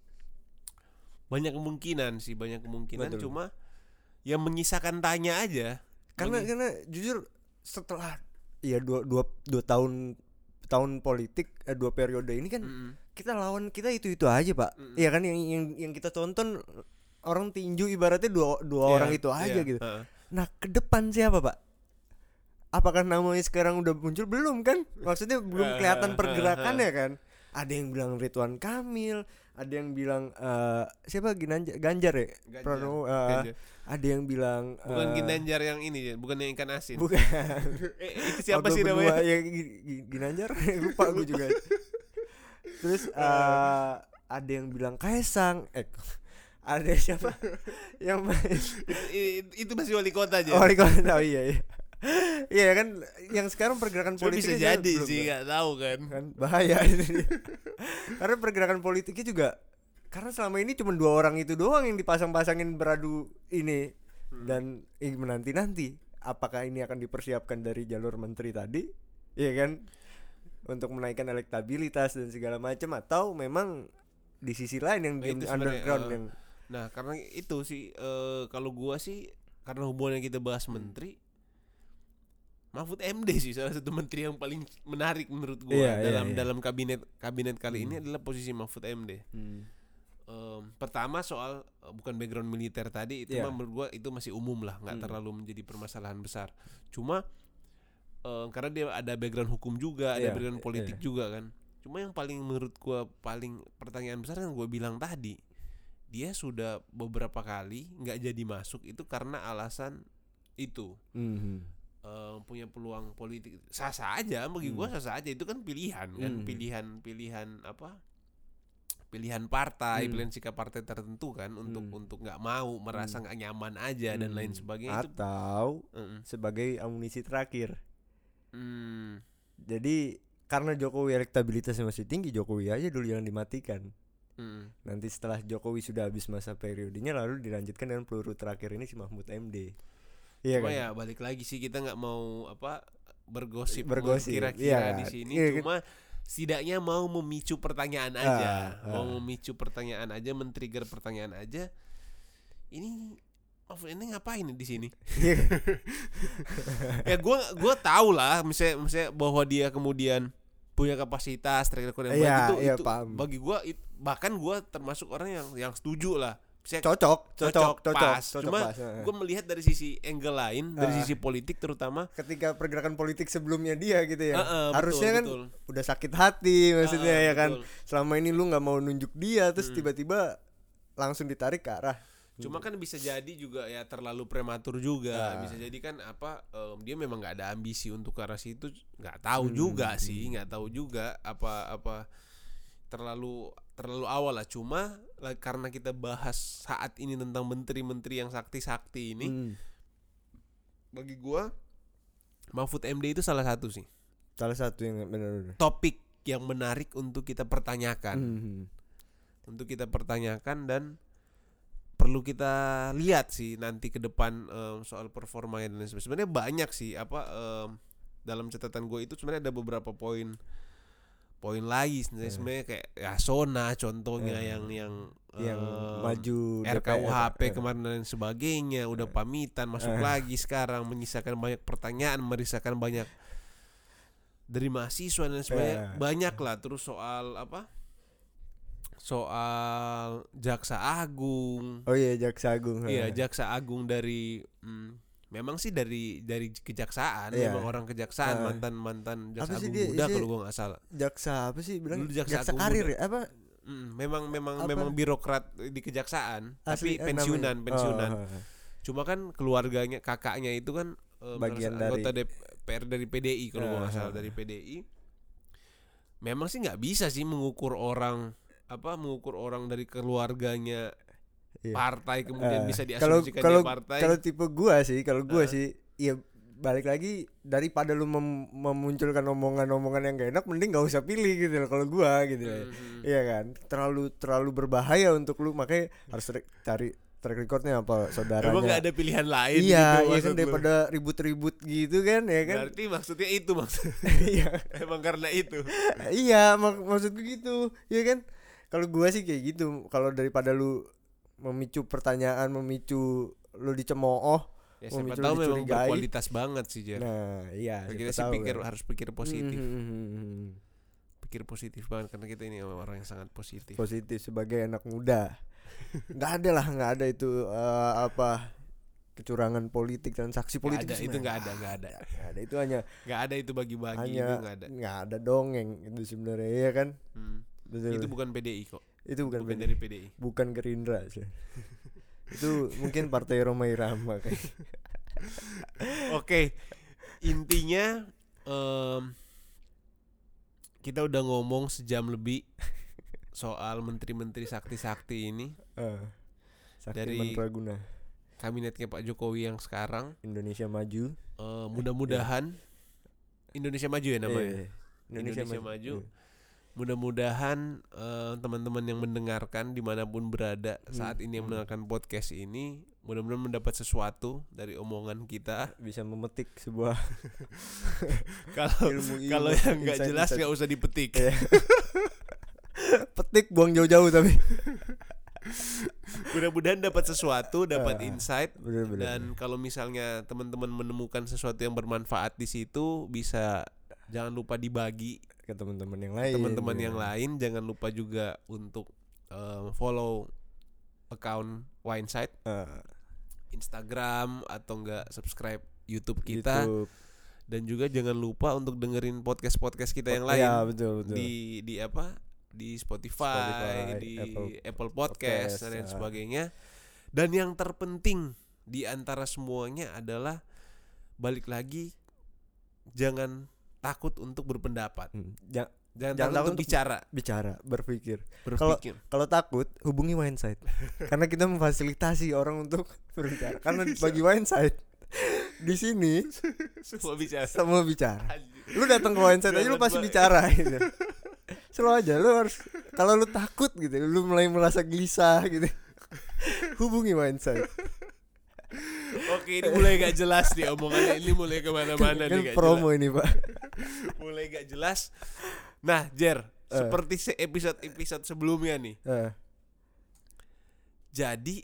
banyak kemungkinan sih banyak kemungkinan. Betul. Cuma yang menyisakan tanya aja. Karena Menyi- karena jujur setelah iya dua, dua, dua tahun tahun politik eh, dua periode ini kan Mm-mm. kita lawan kita itu itu aja Pak. Mm-mm. Iya kan yang yang yang kita tonton orang tinju ibaratnya dua dua Iya, orang itu aja iya, gitu. heeh. Nah ke depan siapa Pak? Apakah namanya sekarang udah muncul belum kan? Maksudnya belum kelihatan pergerakannya kan? Ada yang bilang Ridwan Kamil, ada yang bilang eh, siapa Ginanjar Ganjar ya? Ganjar, Pranowo, eh, Ganjar. ada yang bilang Bukan eh, Ginanjar yang ini ya, bukan yang ikan asin. bukan. Eh, itu siapa Ogo sih Benua, namanya? ya, Gi- Gi- Ginanjar lupa gue juga. Terus eh, ada yang bilang Kaisang, eh ada siapa yang main itu, itu, itu masih wali kota aja. wali kota? Oh iya iya. Iya kan yang sekarang pergerakan Cuma bisa politiknya jadi belum, sih, kan? nggak tahu kan. Kan bahaya itu dia. Karena pergerakan politiknya juga karena selama ini cuma dua orang itu doang yang dipasang-pasangin beradu ini Hmm. dan eh, menanti-nanti apakah ini akan dipersiapkan dari jalur menteri tadi, ya kan, untuk menaikkan elektabilitas dan segala macam atau memang di sisi lain yang Nah, di itu sebenarnya, underground eh, yang Nah, karena itu sih eh, kalau gua sih karena hubungannya kita bahas menteri, Mahfud M D sih salah satu menteri yang paling menarik menurut gua Iya, iya, dalam iya. dalam kabinet kabinet kali ini adalah posisi Mahfud M D. hmm. Em, pertama soal eh, bukan background militer tadi itu Iya. mah menurut gua itu masih umum lah, nggak Hmm. terlalu menjadi permasalahan besar. Cuma eh, karena dia ada background hukum juga, ada Iya, background politik iya. juga kan. Cuma yang paling menurut gua paling pertanyaan besar yang gua bilang tadi, dia sudah beberapa kali nggak jadi masuk itu karena alasan itu. Mhm. Eh, punya peluang politik sah-sah aja bagi gua, Hmm. sah-sah aja, itu kan pilihan kan, Hmm. pilihan-pilihan apa pilihan partai, Hmm. pilihan sikap partai tertentu kan untuk Hmm. untuk nggak mau merasa nggak nyaman aja dan Hmm. lain sebagainya itu. Atau Mm-mm. sebagai amunisi terakhir. Hmm. Jadi karena Jokowi elektabilitasnya masih tinggi, Jokowi aja dulu yang dimatikan. Hmm. Nanti setelah Jokowi sudah habis masa periodenya, lalu dilanjutkan dengan peluru terakhir ini si Mahfud M D. Iya Cuma kan? ya balik lagi sih, kita nggak mau apa bergosip, Bergosip, kira-kira iya. di sini. Iya, Cuma setidaknya mau memicu pertanyaan aja, Ah, mau ah. memicu pertanyaan aja, men-trigger pertanyaan aja. Ini Mahfud ini ngapain di sini? Ya gue gue tahu lah, misalnya misalnya bahwa dia kemudian punya kapasitas, track record yang baik, Iya, itu, iya, itu paham. bagi gue bahkan gue termasuk orang yang yang setuju lah. Misalnya Cocok, cocok, cocok, pas. cocok, Cuma pas. Ah. gue melihat dari sisi angle lain, dari Ah. sisi politik terutama. Ketika pergerakan politik sebelumnya dia gitu ya, Ah, ah, harusnya betul, kan betul. udah sakit hati maksudnya Ah, ah, ya kan. betul. Selama ini lu nggak mau nunjuk dia, terus Hmm. tiba-tiba langsung ditarik ke arah. Cuma kan bisa jadi juga ya terlalu prematur juga. Ah. Bisa jadi kan apa em, dia memang nggak ada ambisi untuk ke arah situ, nggak tahu Hmm, juga hmm. sih, nggak tahu juga apa apa terlalu terlalu awal lah. Cuma lah, karena kita bahas saat ini tentang menteri-menteri yang sakti-sakti ini, Hmm. bagi gua Mahfud M D itu salah satu sih Salah satu yang benar-benar. topik yang menarik untuk kita pertanyakan, Hmm. untuk kita pertanyakan dan perlu kita lihat sih nanti ke depan em, soal performanya dan lain sebagainya. Sebenarnya banyak sih apa em, dalam catatan gue itu sebenarnya ada beberapa poin poin lagi sebenarnya, Eh. sebenarnya kayak ya Sona contohnya Eh. yang yang Yang em, maju R K U H P D P R. kemarin dan lain sebagainya udah Eh. pamitan masuk Eh. lagi sekarang menyisakan banyak pertanyaan, merisaukan banyak dari mahasiswa dan sebagainya. Eh. Banyak lah. Terus soal apa soal Jaksa Agung. Oh iya, Jaksa Agung. Iya, Ah. Jaksa Agung dari hmm, memang sih dari dari kejaksaan, Iya. memang orang kejaksaan, Ah. mantan-mantan Jaksa Apa sih Agung dia- muda dia- kalau gua nggak salah. Jaksa apa sih bilang? Dulu Jaksa Jaksa Agung karir muda. ya? Apa? Mm, memang memang Apa? memang birokrat di kejaksaan, Asli, tapi eh, pensiunan, namanya? pensiunan. Oh, oh, oh. Cuma kan keluarganya, kakaknya itu kan eh, Bagian salah- anggota dari- D P R dari P D I kalau gua nggak Ah, salah, ah. dari P D I. Memang sih nggak bisa sih mengukur orang apa mengukur orang dari keluarganya Iya. partai kemudian Eh, bisa kalau diasumsikan kalau dia partai. kalau tipe gua sih, kalau gua Eh. sih, ya balik lagi daripada lu mem- memunculkan omongan-omongan yang gak enak, mending gak usah pilih gitu loh kalau gua gitu loh. Mhm. Iya kan? Terlalu terlalu berbahaya untuk lu, makanya harus re- cari track recordnya apa saudaranya. Emang gak ada pilihan lain Iya, gitu iya kan, maksud lu? daripada ribut-ribut gitu kan, ya kan? Berarti maksudnya itu maksud. Iya. Emang karena itu. Iya, mak maksud gue gitu, ya kan? Kalau gua sih kayak gitu. Kalau daripada lu memicu pertanyaan, memicu lu dicemooh, Ya siapa memicu tahu lu memang dicurigai. berkualitas banget sih Jer. Nah, iya. kita siapa sih tahu pikir kan. harus pikir positif. Hmm, Pikir positif banget karena kita ini orang yang sangat positif. positif sebagai anak muda. Nggak ada lah, nggak ada itu eh, apa kecurangan politik, transaksi Nggak politik ada, itu nggak ada, nggak ada. Nggak ada, itu hanya Nggak ada itu bagi-bagi, hanya itu nggak ada. nggak ada dongeng itu sebenarnya, ya kan? Hmm. Betul. Itu bukan P D I kok. Itu bukan, bukan P D I. dari P D I. Bukan Gerindra sih. Itu mungkin partai Roma Irama kayak. Oke, intinya em, kita udah ngomong sejam lebih soal menteri-menteri sakti-sakti ini, Uh, Sakti Dari- Mantraguna, kabinetnya Pak Jokowi yang sekarang. Indonesia Maju. Eh, mudah-mudahan Indonesia Maju ya namanya. Eh, Indonesia, Indonesia Maju. Maju. Eh. Mudah-mudahan eh, teman-teman yang mendengarkan dimanapun berada saat Hmm, ini yang hmm. mendengarkan podcast ini, mudah-mudahan mendapat sesuatu dari omongan kita. Bisa memetik sebuah Kalau ilmu-ilmu, kalau yang nggak insight- jelas insight. nggak usah dipetik. Iya. Petik, buang jauh-jauh tapi. Mudah-mudahan dapat sesuatu, dapat Ah, insight. Bener-bener. Dan kalau misalnya teman-teman menemukan sesuatu yang bermanfaat di situ, bisa jangan lupa dibagi ke teman-teman yang lain. teman-teman ya. yang lain. Jangan lupa juga untuk eh, follow account Wineside Ah, Instagram atau enggak subscribe YouTube kita. YouTube. Dan juga jangan lupa untuk dengerin podcast-podcast kita yang Oh, lain ya, betul, betul. di di apa? Di Spotify, Spotify, di Apple Apple, Podcast, Podcast, dan lain ah. sebagainya. Dan yang terpenting di antara semuanya adalah balik lagi, jangan takut untuk berpendapat. Hmm, ja- Jangan, Jangan takut takut untuk untuk bicara, bicara, berpikir. berpikir. Kalau takut, hubungi Wineside. Karena kita memfasilitasi orang untuk berbicara. Karena bagi Wineside di sini Semua bicara. semua bicara. Anjir. Lu datang ke Mindset aja lu pasti bicara gitu. Selalu aja lu harus, kalau lu takut gitu, lu mulai merasa gelisah gitu, hubungi Mindset. Oke, ini mulai gak jelas nih omongannya, ini mulai kemana-mana Kan nih gak promo jelas. ini Pak. Mulai gak jelas. Nah Jer, Eh. seperti se episode-episode sebelumnya nih. Eh. Jadi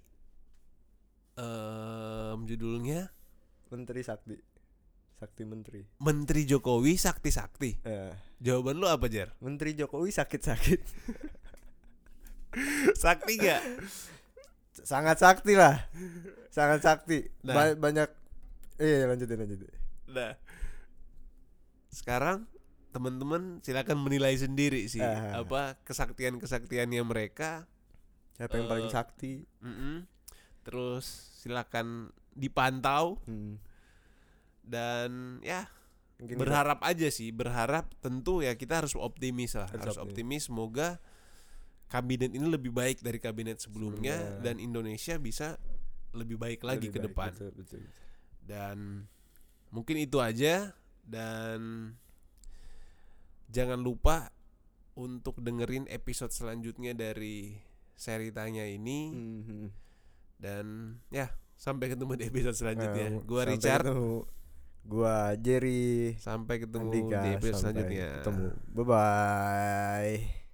um, judulnya Menteri Sakti, Sakti Menteri. Menteri Jokowi Sakti-Sakti. Eh. Jawaban lu apa Jer? Menteri Jokowi sakit-sakit. Sakti gak? Sangat sakti lah. Sangat sakti. Nah. Ba- banyak. Eh lanjutin lanjutin. Nah, sekarang teman-teman silakan menilai sendiri sih Ah. apa kesaktian-kesaktiannya mereka. Siapa yang Eh, paling sakti? Mm-mm. Terus silakan dipantau Hmm. dan ya Mungkin berharap aja sih, berharap tentu ya kita harus optimis lah, Harus harus optimis semoga kabinet ini lebih baik dari kabinet sebelumnya Sebelumnya. dan Indonesia bisa lebih baik lagi lebih ke baik, depan. betul, betul, betul. Dan mungkin itu aja, dan jangan lupa untuk dengerin episode selanjutnya dari seri Tanya ini. Mhm. Dan ya sampai ketemu di episode selanjutnya. Nah, Gua sampai Richard, ketemu. Gua Jerry. sampai ketemu Andika, di episode sampai selanjutnya. ketemu. Bye bye.